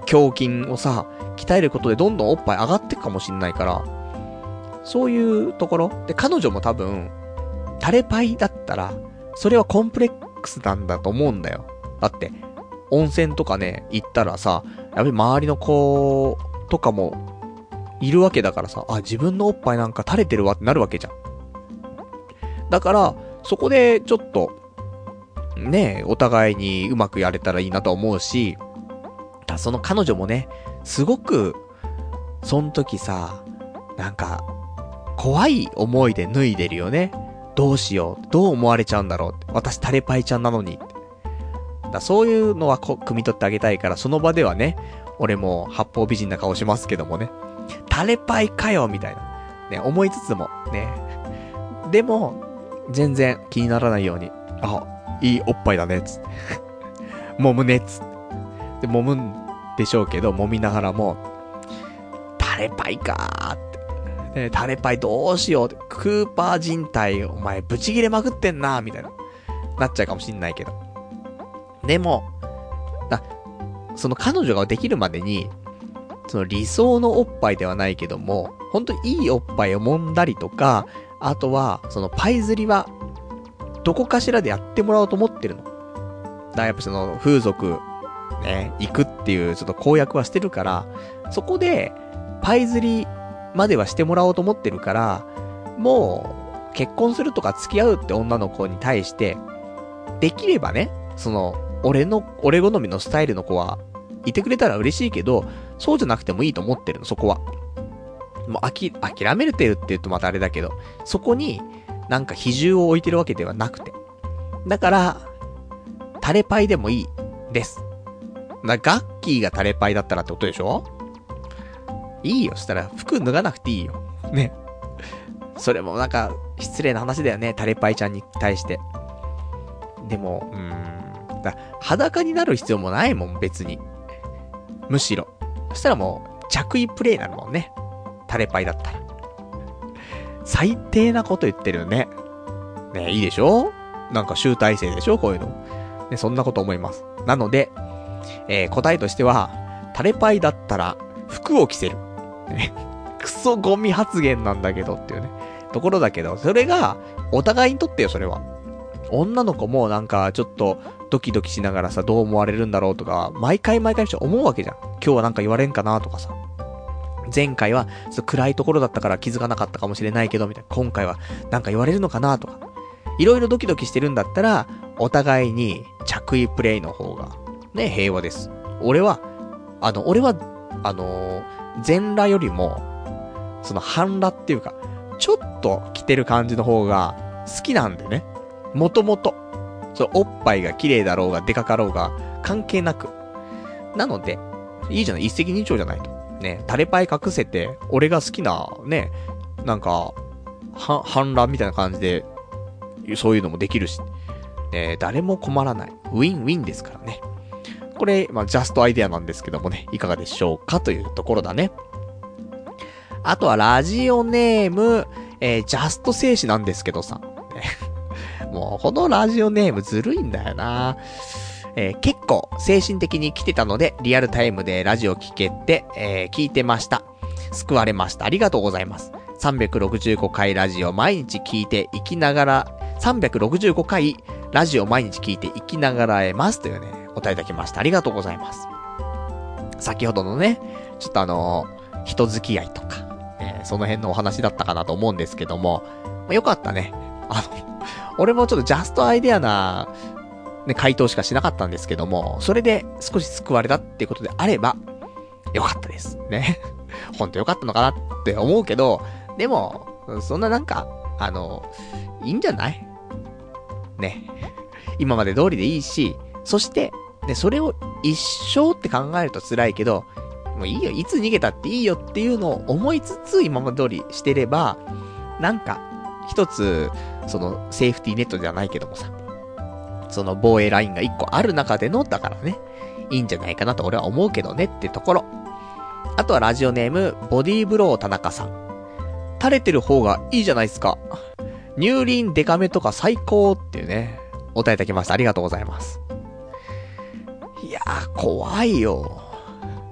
胸筋をさ、鍛えることでどんどんおっぱい上がってくかもしんないから、そういうところ。で、彼女も多分、タレパイだったら、それはコンプレックスなんだと思うんだよ。だって、温泉とかね、行ったらさ、やべ、周りの子とかも、いるわけだからさ、あ、自分のおっぱいなんか垂れてるわってなるわけじゃん。だから、そこでちょっと、ね、お互いにうまくやれたらいいなと思うし、だその彼女もね、すごく、その時さ、なんか、怖い思いで脱いでるよね。どうしよう。どう思われちゃうんだろうって。私タレパイちゃんなのにって。だそういうのはこ、汲み取ってあげたいから、その場ではね、俺も八方美人な顔しますけどもね。タレパイかよみたいな。ね、思いつつも、ね。でも、全然気にならないように。あ、いいおっぱいだね、つって。揉むね、つって。で、揉むんでしょうけど、揉みながらも、タレパイかーって。ね、タレパイどうしようって。クーパー人体、お前ブチ切れまくってんなーみたいな。なっちゃうかもしんないけど。でも、だ、その彼女ができるまでに、その理想のおっぱいではないけども、本当にいいおっぱいを揉んだりとか、あとは、そのパイ釣りは、どこかしらでやってもらおうと思ってるの。だからやっぱその風俗、ね、行くっていうちょっと公約はしてるから、そこで、パイ釣りまではしてもらおうと思ってるから、もう、結婚するとか付き合うって女の子に対して、できればね、その、俺の、俺好みのスタイルの子はいてくれたら嬉しいけど、そうじゃなくてもいいと思ってるの、そこは。もう、あき、諦めてるって言うとまたあれだけど、そこに、なんか比重を置いてるわけではなくて。だから、タレパイでもいい、です。な、ガッキーがタレパイだったらってことでしょ？いいよ、したら服脱がなくていいよ。ね。それもなんか、失礼な話だよね、タレパイちゃんに対して。でも、うーん、だ裸になる必要もないもん、別に。むしろ。そしたらもう、着衣プレイなるもんね。タレパイだったら。最低なこと言ってるよね。ね、いいでしょ？なんか集大成でしょこういうの。ね、そんなこと思います。なので、えー、答えとしては、タレパイだったら、服を着せる。ね、クソゴミ発言なんだけどっていうね。ところだけど、それが、お互いにとってよ、それは。女の子もなんか、ちょっと、ドキドキしながらさ、どう思われるんだろうとか、毎回毎回思うわけじゃん。今日はなんか言われんかなとかさ。前回は、暗いところだったから気づかなかったかもしれないけど、みたいな。今回は、なんか言われるのかなとか。いろいろドキドキしてるんだったら、お互いに着衣プレイの方が、ね、平和です。俺は、あの、俺は、あのー、全裸よりも、その半裸っていうか、ちょっと着てる感じの方が好きなんでね。もともと。そう、おっぱいが綺麗だろうが、でかかろうが、関係なく。なので、いいじゃない、一石二鳥じゃないと。ね、タレパイ隠せて、俺が好きな、ね、なんか、は、反乱みたいな感じで、そういうのもできるし、ね、誰も困らない。ウィンウィンですからね。これ、まあ、ジャストアイデアなんですけどもね、いかがでしょうかというところだね。あとは、ラジオネーム、えー、ジャスト静止なんですけどさ。もう、このラジオネームずるいんだよな。えー、結構、精神的に来てたので、リアルタイムでラジオ聞けて、えー、聞いてました。救われました。ありがとうございます。さんびゃくろくじゅうごかいラジオ毎日聞いていきながら、さんびゃくろくじゅうごかいラジオ毎日聞いていきながらえますというね、お答えいただきました。ありがとうございます。先ほどのね、ちょっとあのー、人付き合いとか、えー、その辺のお話だったかなと思うんですけども、まあ、よかったね。あの、俺もちょっとジャストアイデアな、ね、回答しかしなかったんですけども、それで少し救われたっていうことであれば、よかったです。ね。ほんとよかったのかなって思うけど、でも、そんななんか、あの、いいんじゃないね。今まで通りでいいし、そして、ね、それを一生って考えると辛いけど、もういいよ、いつ逃げたっていいよっていうのを思いつつ今まで通りしてれば、なんか、一つ、その、セーフティーネットじゃないけどもさ、その防衛ラインが一個ある中での、だからね、いいんじゃないかなと俺は思うけどねってところ。あとはラジオネーム、ボディーブロー田中さん。垂れてる方がいいじゃないですか。乳輪デカめとか最高っていうね、お答えいただきました。ありがとうございます。いやー、怖いよ。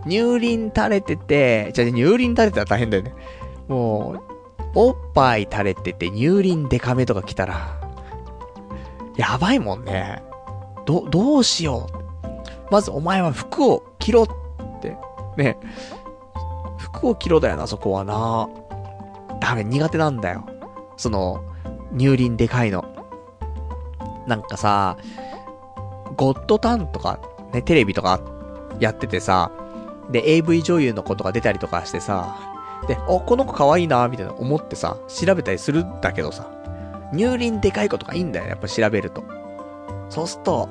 乳輪垂れてて、じゃあ乳輪垂れてたら大変だよね。もう、おっぱい垂れてて乳輪デカめとか来たら、やばいもんね。ど、どうしよう。まずお前は服を着ろって。ね。服を着ろだよな、そこはな。ダメ、苦手なんだよ。その、乳輪でかいの。なんかさ、ゴッドタンとか、ね、テレビとかやっててさ、で、エーブイ 女優の子とか出たりとかしてさ、で、お、この子可愛いな、みたいな思ってさ、調べたりするんだけどさ、乳輪でかい子とかいいんだよね、やっぱ調べると。そうすると、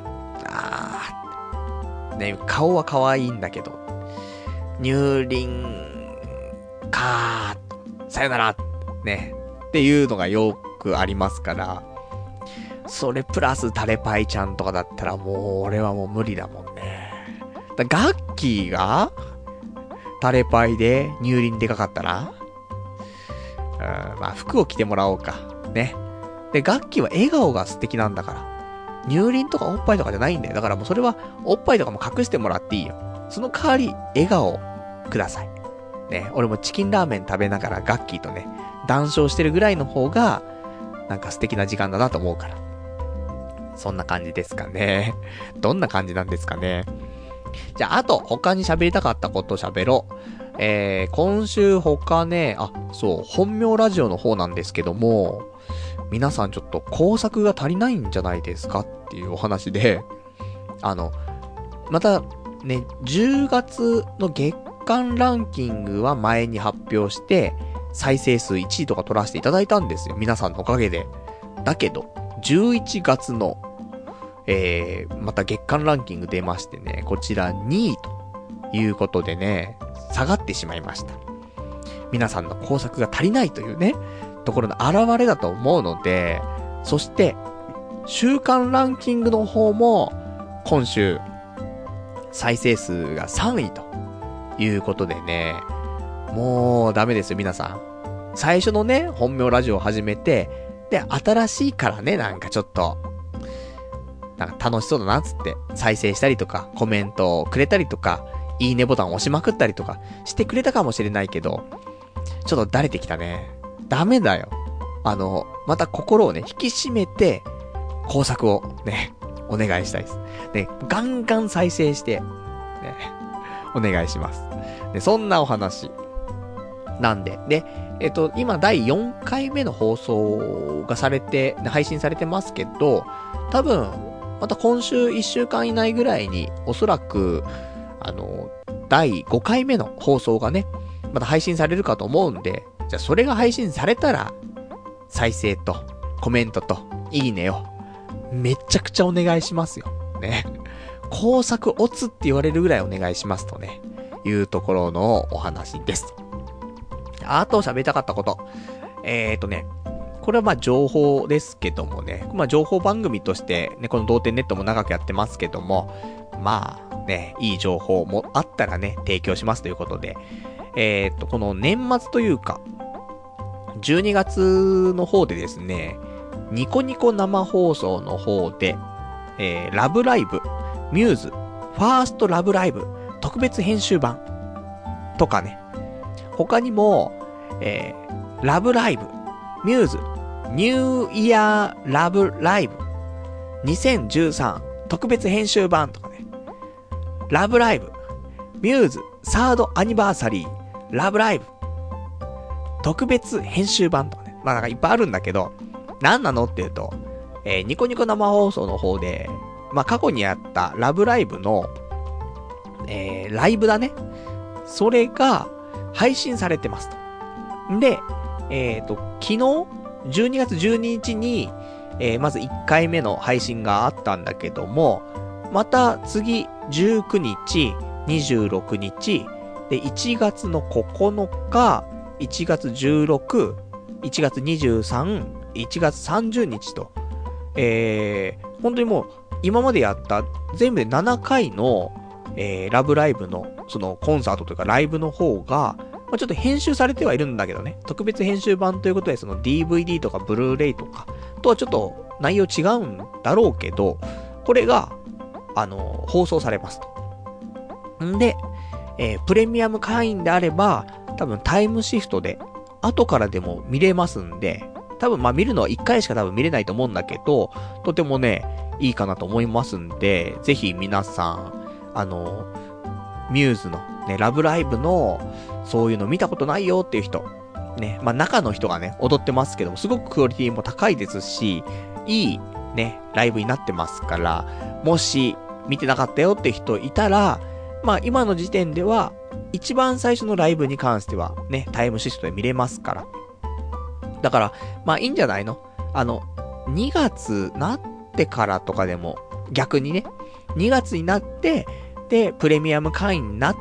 あー、ね、顔は可愛いんだけど、乳輪、かー、さよなら、ね、っていうのがよくありますから、それプラスタレパイちゃんとかだったらもう俺はもう無理だもんね。だガッキーがタレパイで乳輪でかかったら、うん、まあ服を着てもらおうか。ね。で、ガッキーは笑顔が素敵なんだから。乳輪とかおっぱいとかじゃないんだよ。だからもうそれはおっぱいとかも隠してもらっていいよ。その代わり笑顔ください。ね。俺もチキンラーメン食べながらガッキーとね、談笑してるぐらいの方が、なんか素敵な時間だなと思うから。そんな感じですかね。どんな感じなんですかね。じゃあ、あと、他に喋りたかったこと喋ろう。えー、今週他ね、あ、そう、本名ラジオの方なんですけども、皆さんちょっと工作が足りないんじゃないですかっていうお話で、あの、また、ね、じゅうがつの月間ランキングは前に発表して、再生数いちいとか取らせていただいたんですよ。皆さんのおかげで。だけど、じゅういちがつの、えー、また月間ランキング出ましてね、こちらにいということでね、下がってしまいました。皆さんの工作が足りないというね、ところの現れだと思うので、そして、週間ランキングの方も、今週、再生数がさんいということでね、もうダメですよ、皆さん。最初のね、本名ラジオを始めて、で、新しいからね、なんかちょっと、なんか楽しそうだなっつって、再生したりとか、コメントをくれたりとか、いいねボタンを押しまくったりとか、してくれたかもしれないけど、ちょっとだれてきたね。ダメだよ。あの、また心をね、引き締めて、工作をね、お願いしたいです。ね、ガンガン再生して、ね、お願いします。で、そんなお話。なんで、で、えっと、今だいよんかいめの放送がされて、配信されてますけど、多分、また今週いっしゅうかん以内ぐらいに、おそらく、あの、だいごかいめの放送がね、また配信されるかと思うんで、じゃあそれが配信されたら、再生と、コメントと、いいねを、めちゃくちゃお願いしますよ。ね。工作オツって言われるぐらいお願いしますとね、いうところのお話です。あと喋りたかったこと。えーとね、これはまあ情報ですけどもね、まあ情報番組としてね、この同点ネットも長くやってますけども、まあね、いい情報もあったらね、提供しますということで、えーと、この年末というか、じゅうにがつの方でですね、ニコニコ生放送の方で、えー、ラブライブ、ミューズ、ファーストラブライブ、特別編集版とかね、他にも、えー、ラブライブ、ミューズ、ニューイヤーラブライブ、にせんじゅうさん特別編集版とかね、ラブライブ、ミューズ、サードアニバーサリー、ラブライブ、特別編集版とかね、まあなんかいっぱいあるんだけど、何なのっていうと、えー、ニコニコ生放送の方で、まあ過去にやったラブライブの、えー、ライブだね。それが配信されてますと。で、えっと、昨日、じゅうにがつじゅうににちに、えー、まずいっかいめの配信があったんだけども、また次、じゅうくにち、にじゅうろくにち、で、いちがつのここのか、いちがつじゅうろく、いちがつにじゅうさん、いちがつさんじゅうにちと、えー、本当にもう、今までやった全部でななかいの、えー、ラブライブの、そのコンサートというかライブの方が、まあ、ちょっと編集されてはいるんだけどね、特別編集版ということで、その ディーブイディー とかブルーレイとか、とはちょっと内容違うんだろうけど、これが、あの、放送されますと。んで、 えー、プレミアム会員であれば、多分タイムシフトで、後からでも見れますんで、多分まあ見るのはいっかいしか多分見れないと思うんだけど、とてもね、いいかなと思いますんで、ぜひ皆さん、あの、ミューズの、ね、ラブライブの、そういうの見たことないよっていう人、ね、まあ中の人がね、踊ってますけども、すごくクオリティも高いですし、いい、ね、ライブになってますから、もし、見てなかったよって人いたら、まあ今の時点では、一番最初のライブに関しては、ね、タイムシフトで見れますから。だから、まあいいんじゃないの？あの、にがつなってからとかでも、逆にね、にがつになって、で、プレミアム会員になって、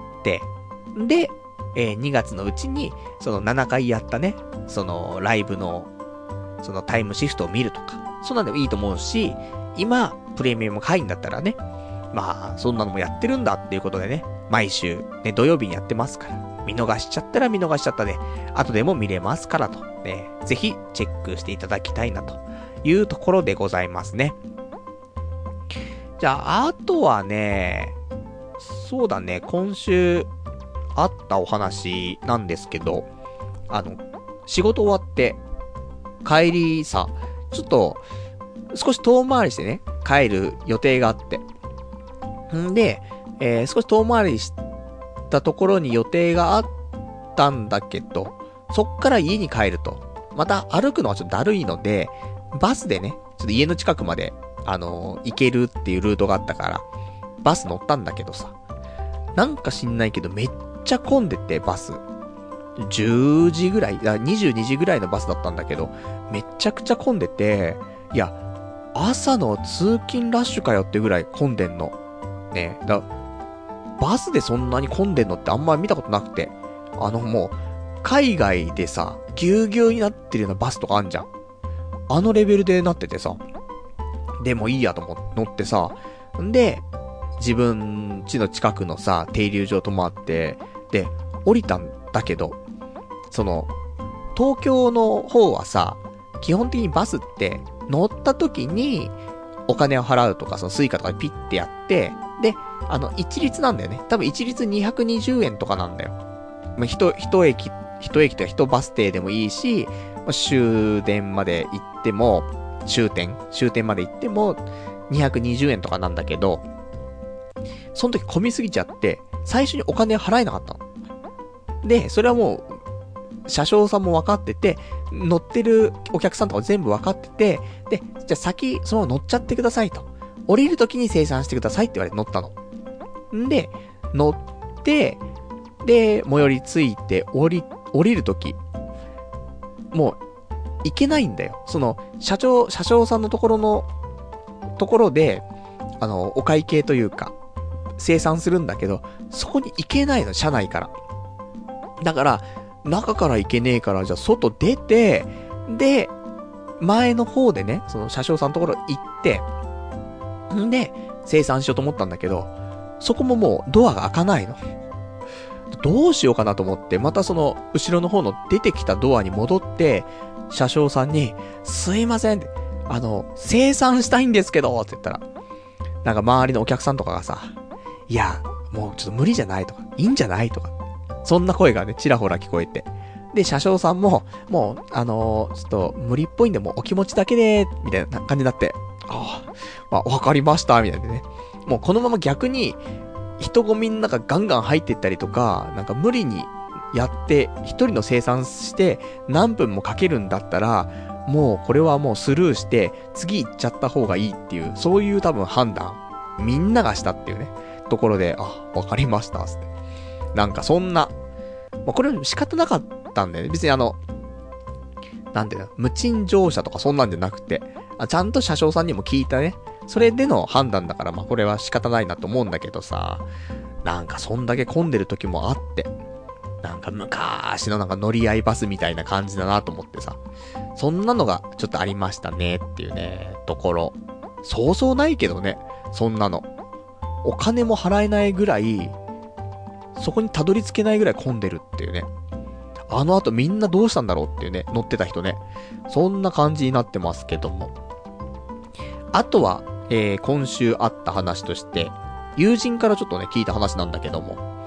で、えー、にがつのうちに、そのななかいやったね、そのライブの、そのタイムシフトを見るとか、そんなんでもいいと思うし、今、プレミアム会員だったらね、まあ、そんなのもやってるんだっていうことでね、毎週、ね、土曜日にやってますから、見逃しちゃったら見逃しちゃったで、後でも見れますからと、ね、ぜひチェックしていただきたいなというところでございますね。じゃあ、あとはね、そうだね、今週あったお話なんですけど、あの、仕事終わって、帰りさ、ちょっと、少し遠回りしてね、帰る予定があって。んで、えー、少し遠回りしたところに予定があったんだけど、そっから家に帰ると、また歩くのはちょっとだるいので、バスでね、ちょっと家の近くまで、あのー、行けるっていうルートがあったから、バス乗ったんだけどさ、なんか知んないけどめっちゃ混んでて、バス。じゅうじぐらい、にじゅうにじぐらいのバスだったんだけど、めちゃくちゃ混んでて、いや、朝の通勤ラッシュかよってぐらい混んでんの。ねえ、だ、バスでそんなに混んでんのってあんまり見たことなくて。あのもう、海外でさ、ぎゅうぎゅうになってるようなバスとかあんじゃん。あのレベルでなっててさ。でもいいやと思って乗ってさ。んで、自分家の近くのさ、停留所止まって、で、降りたんだけど、その、東京の方はさ、基本的にバスって乗った時にお金を払うとか、そのスイカとかピッてやって、で、あの、一律なんだよね。多分一律にひゃくにじゅうえんとかなんだよ。まあ、一、一駅、一駅とか一バス停でもいいし、まあ、終電まで行っても、終点、終点まで行ってもにひゃくにじゅうえんとかなんだけど、その時混みすぎちゃって、最初にお金払えなかったの。で、それはもう、車掌さんも分かってて、乗ってるお客さんとか全部分かってて、で、じゃあ先、そのまま乗っちゃってくださいと。降りる時に精算してくださいって言われて乗ったの。んで、乗って、で、最寄り着いて、降り、降りる時、もう、行けないんだよ。その、社長、車掌さんのところの、ところで、あの、お会計というか、精算するんだけど、そこに行けないの、車内から。だから、中から行けねえから、じゃあ外出て、で、前の方でね、その車掌さんのところ行って、んで、精算しようと思ったんだけど、そこももうドアが開かないの。どうしようかなと思って、またその、後ろの方の出てきたドアに戻って、車掌さんに、すいませんって、あの、精算したいんですけど、って言ったら、なんか周りのお客さんとかがさ、いや、もうちょっと無理じゃないとか、いいんじゃないとか、そんな声がね、ちらほら聞こえて。で、車掌さんも、もう、あのー、ちょっと無理っぽいんで、もうお気持ちだけで、みたいな感じになって、ああ、まあ、わかりました、みたいなね。もうこのまま逆に、人混みの中ガンガン入っていったりとか、なんか無理にやって、一人の生産して何分もかけるんだったら、もうこれはもうスルーして、次行っちゃった方がいいっていう、そういう多分判断、みんながしたっていうね、ところで、あ、わかりました、つって。なんかそんな、まあ、これ仕方なかったんだよね。別にあの、なんていうの、無賃乗車とかそんなんじゃなくて、あ、ちゃんと車掌さんにも聞いたね。それでの判断だから、まあこれは仕方ないなと思うんだけどさ、なんかそんだけ混んでる時もあって、なんか昔のなんか乗り合いバスみたいな感じだなと思ってさ、そんなのがちょっとありましたねっていうね、ところ。そうそうないけどね、そんなの。お金も払えないぐらい、そこにたどり着けないぐらい混んでるっていうね。あの後みんなどうしたんだろうっていうね、乗ってた人ね。そんな感じになってますけども。あとは、えー、今週あった話として、友人からちょっとね、聞いた話なんだけども、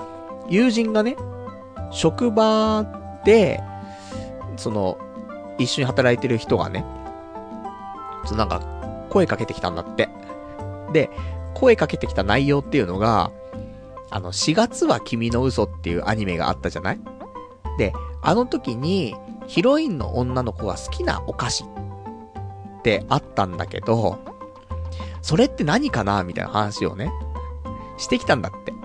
友人がね、職場で、その、一緒に働いてる人がね、そのなんか、声かけてきたんだって。で、声かけてきた内容っていうのが、あの、しがつは君の嘘っていうアニメがあったじゃない？で、あの時に、ヒロインの女の子が好きなお菓子ってあったんだけど、それって何かなみたいな話をね、してきたんだって。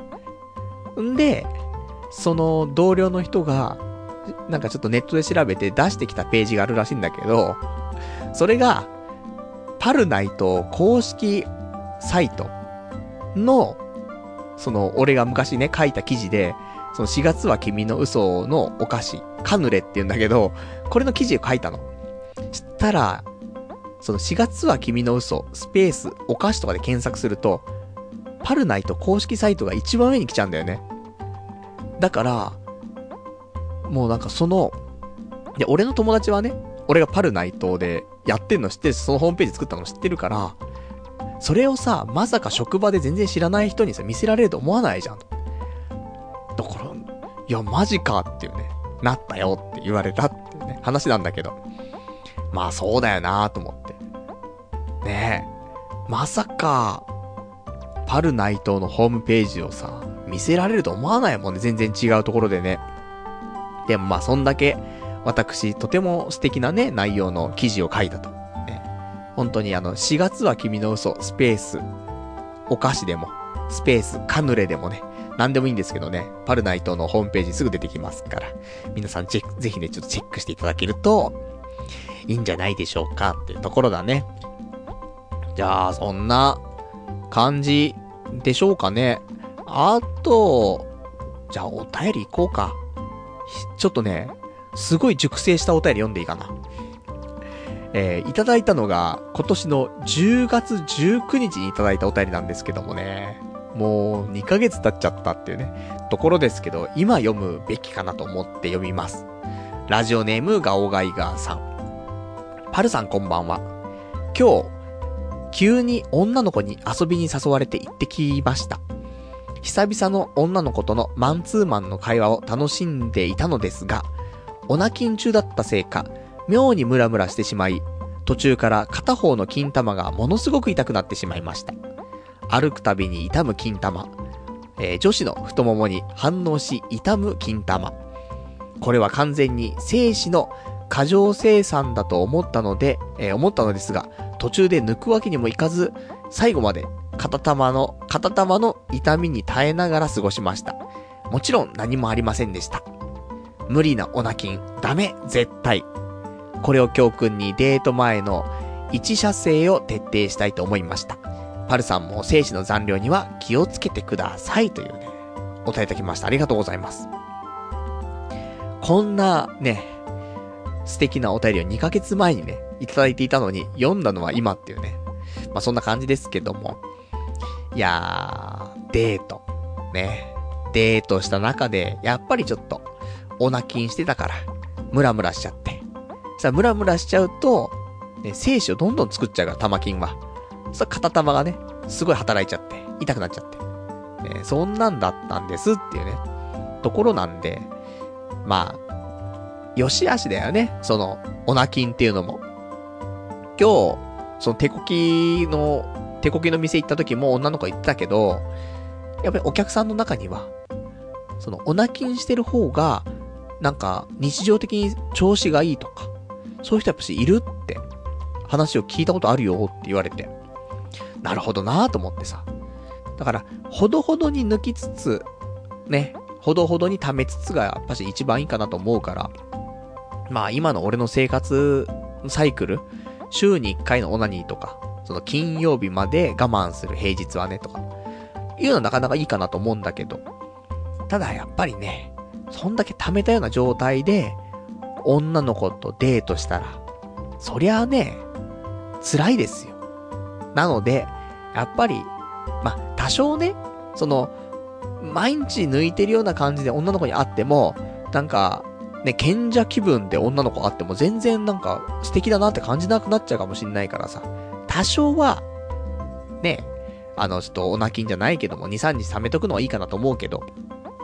んで、その同僚の人が、なんかちょっとネットで調べて出してきたページがあるらしいんだけど、それが、パルナイト公式サイトの、その、俺が昔ね、書いた記事で、そのしがつは君の嘘のお菓子、カヌレって言うんだけど、これの記事を書いたの。したら、そのしがつは君の嘘、スペース、お菓子とかで検索すると、パルナイト公式サイトが一番上に来ちゃうんだよね。だから、もうなんかその、で、俺の友達はね、俺がパルナイトでやってんの知ってるし、そのホームページ作ったの知ってるから、それをさ、まさか職場で全然知らない人にさ、見せられると思わないじゃん。だから、いや、マジかっていうね、なったよって言われたっていうね、話なんだけど。まあそうだよなーと思って。ねえ。まさか、パルナイトのホームページをさ、見せられると思わないもんね、全然違うところでね。でもまあそんだけ、私、とても素敵なね、内容の記事を書いたと。ね、本当にあの、しがつは君の嘘、スペース、お菓子でも、スペース、カヌレでもね、なんでもいいんですけどね、パルナイトのホームページすぐ出てきますから、皆さんチェック、ぜひね、ちょっとチェックしていただけると、いいんじゃないでしょうかっていうところだね。じゃあ、そんな感じでしょうかね。あと、じゃあお便り行こうか。ちょっとね、すごい熟成したお便り読んでいいかな。えー、いただいたのが今年のじゅうがつじゅうくにちにいただいたお便りなんですけどもね、もうにかげつ経っちゃったっていうね、ところですけど、今読むべきかなと思って読みます。ラジオネームガオガイガーさん。パルさんこんばんは。今日、急に女の子に遊びに誘われて行ってきました。久々の女の子とのマンツーマンの会話を楽しんでいたのですが、オナキン中だったせいか、妙にムラムラしてしまい、途中から片方の金玉がものすごく痛くなってしまいました。歩くたびに痛む金玉、えー、女子の太ももに反応し痛む金玉。これは完全に精子の過剰生産だと思ったので、えー、思ったのですが、途中で抜くわけにもいかず、最後まで片玉の、片玉の痛みに耐えながら過ごしました。もちろん何もありませんでした。無理なオナキン、ダメ、絶対。これを教訓にデート前の一射精を徹底したいと思いました。パルさんも精子の残量には気をつけてくださいというね、お答えいただきました。ありがとうございます。こんなね、素敵なお便りをにかげつまえにね、いただいていたのに、読んだのは今っていうね。まあそんな感じですけども。いやー、デート。ね。デートした中で、やっぱりちょっと、オナキンしてたから、ムラムラしちゃって。さあ、ムラムラしちゃうと、ね、精子をどんどん作っちゃうから、玉金は。さあ、片玉がね、すごい働いちゃって、痛くなっちゃって。ね、そんなんだったんですっていうね、ところなんで、まあ、よしあしだよね、その、オナキンっていうのも。今日、その手こきの、手こきの店行った時も女の子言ってたけど、やっぱりお客さんの中には、その、オナキンしてる方が、なんか、日常的に調子がいいとか、そういう人やっぱしいるって話を聞いたことあるよって言われて、なるほどなぁと思ってさ。だから、ほどほどに抜きつつ、ね、ほどほどに溜めつつがやっぱし一番いいかなと思うから、まあ今の俺の生活サイクル、週にいっかいのオナニーとか、その金曜日まで我慢する平日はねとか、いうのはなかなかいいかなと思うんだけど、ただやっぱりね、そんだけ溜めたような状態で、女の子とデートしたら、そりゃあね、辛いですよ。なので、やっぱり、まあ、多少ね、その、毎日抜いてるような感じで女の子に会っても、なんか、ね、賢者気分で女の子会っても全然なんか素敵だなって感じなくなっちゃうかもしんないからさ、多少は、ね、あの、ちょっとオナキンじゃないけども、に、さんにち貯めとくのはいいかなと思うけど、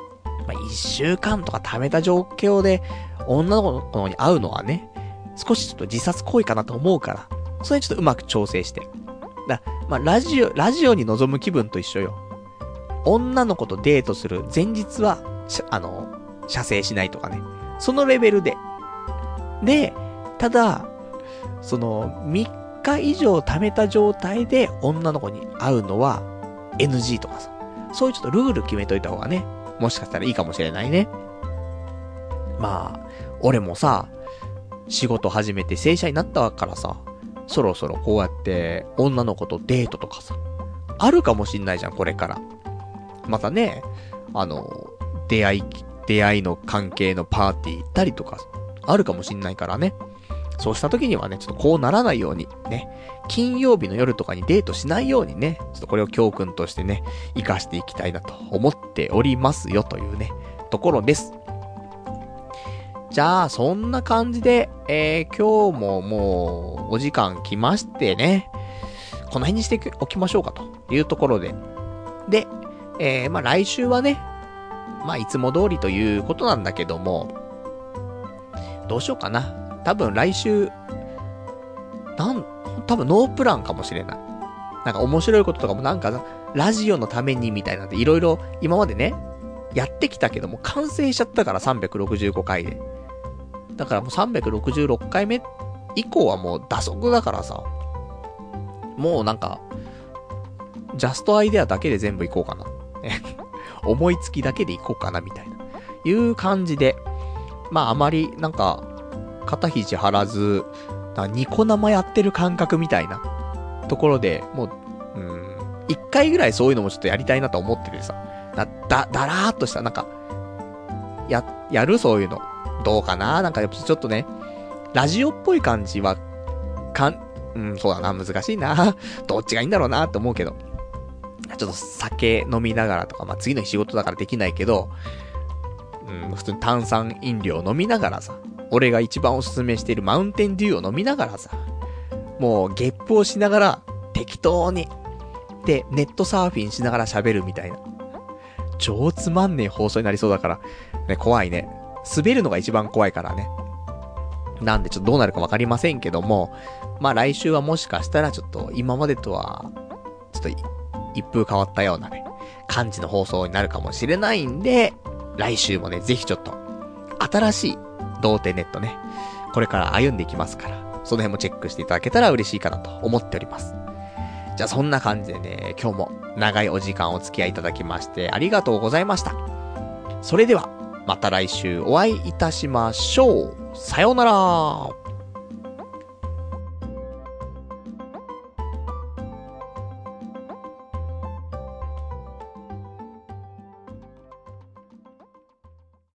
まあ、一週間とか貯めた状況で、女の子に会うのはね、少しちょっと自殺行為かなと思うから、それちょっとうまく調整して。だまあ、ラジオ、ラジオに臨む気分と一緒よ。女の子とデートする前日は、あの、射精しないとかね。そのレベルで。で、ただ、その、みっか以上貯めた状態で女の子に会うのは エヌジー とかさ。そういうちょっとルール決めといた方がね、もしかしたらいいかもしれないね。まあ、俺もさ、仕事始めて正社員になったからさ、そろそろこうやって女の子とデートとかさ、あるかもしんないじゃん、これから。またね、あの、出会い、出会いの関係のパーティー行ったりとか、あるかもしんないからね。そうした時にはね、ちょっとこうならないように、ね、金曜日の夜とかにデートしないようにね、ちょっとこれを教訓としてね、活かしていきたいなと思っておりますよというね、ところです。じゃあ、そんな感じで、えー、今日ももう、お時間来ましてね、この辺にしておきましょうかというところで。で、えー、まあ来週はね、まあいつも通りということなんだけども、どうしようかな。多分来週、なん、多分ノープランかもしれない。なんか面白いこととかもなんか、ラジオのためにみたいなんでいろいろ今までね、やってきたけども完成しちゃったからさんびゃくろくじゅうごかいで。だからもうさんびゃくろくじゅうろっかいめ以降はもう打足だからさ、もうなんか、ジャストアイデアだけで全部いこうかな。思いつきだけでいこうかなみたいな。いう感じで、まああまりなんか、肩肘張らず、ニコ生やってる感覚みたいなところで、もう、うーん、一回ぐらいそういうのもちょっとやりたいなと思っててさ、だ、だ、だらーっとした、なんか、や、やるそういうの。どうかななんかやっぱちょっとね、ラジオっぽい感じは、かん、うん、そうだな、難しいな。どっちがいいんだろうなって思うけど。ちょっと酒飲みながらとか、まあ、次の日仕事だからできないけど、うん、普通に炭酸飲料飲みながらさ、俺が一番おすすめしているマウンテンデューを飲みながらさ、もうゲップをしながら適当に、で、ネットサーフィンしながら喋るみたいな。超つまんねえ放送になりそうだから、ね、怖いね。滑るのが一番怖いからね。なんでちょっとどうなるかわかりませんけども、まあ来週はもしかしたらちょっと今までとは、ちょっと一風変わったようなね、感じの放送になるかもしれないんで、来週もね、ぜひちょっと、新しい童貞ネットね、これから歩んでいきますから、その辺もチェックしていただけたら嬉しいかなと思っております。じゃあそんな感じでね、今日も長いお時間お付き合いいただきましてありがとうございました。それでは、また来週お会いいたしましょう。さようなら。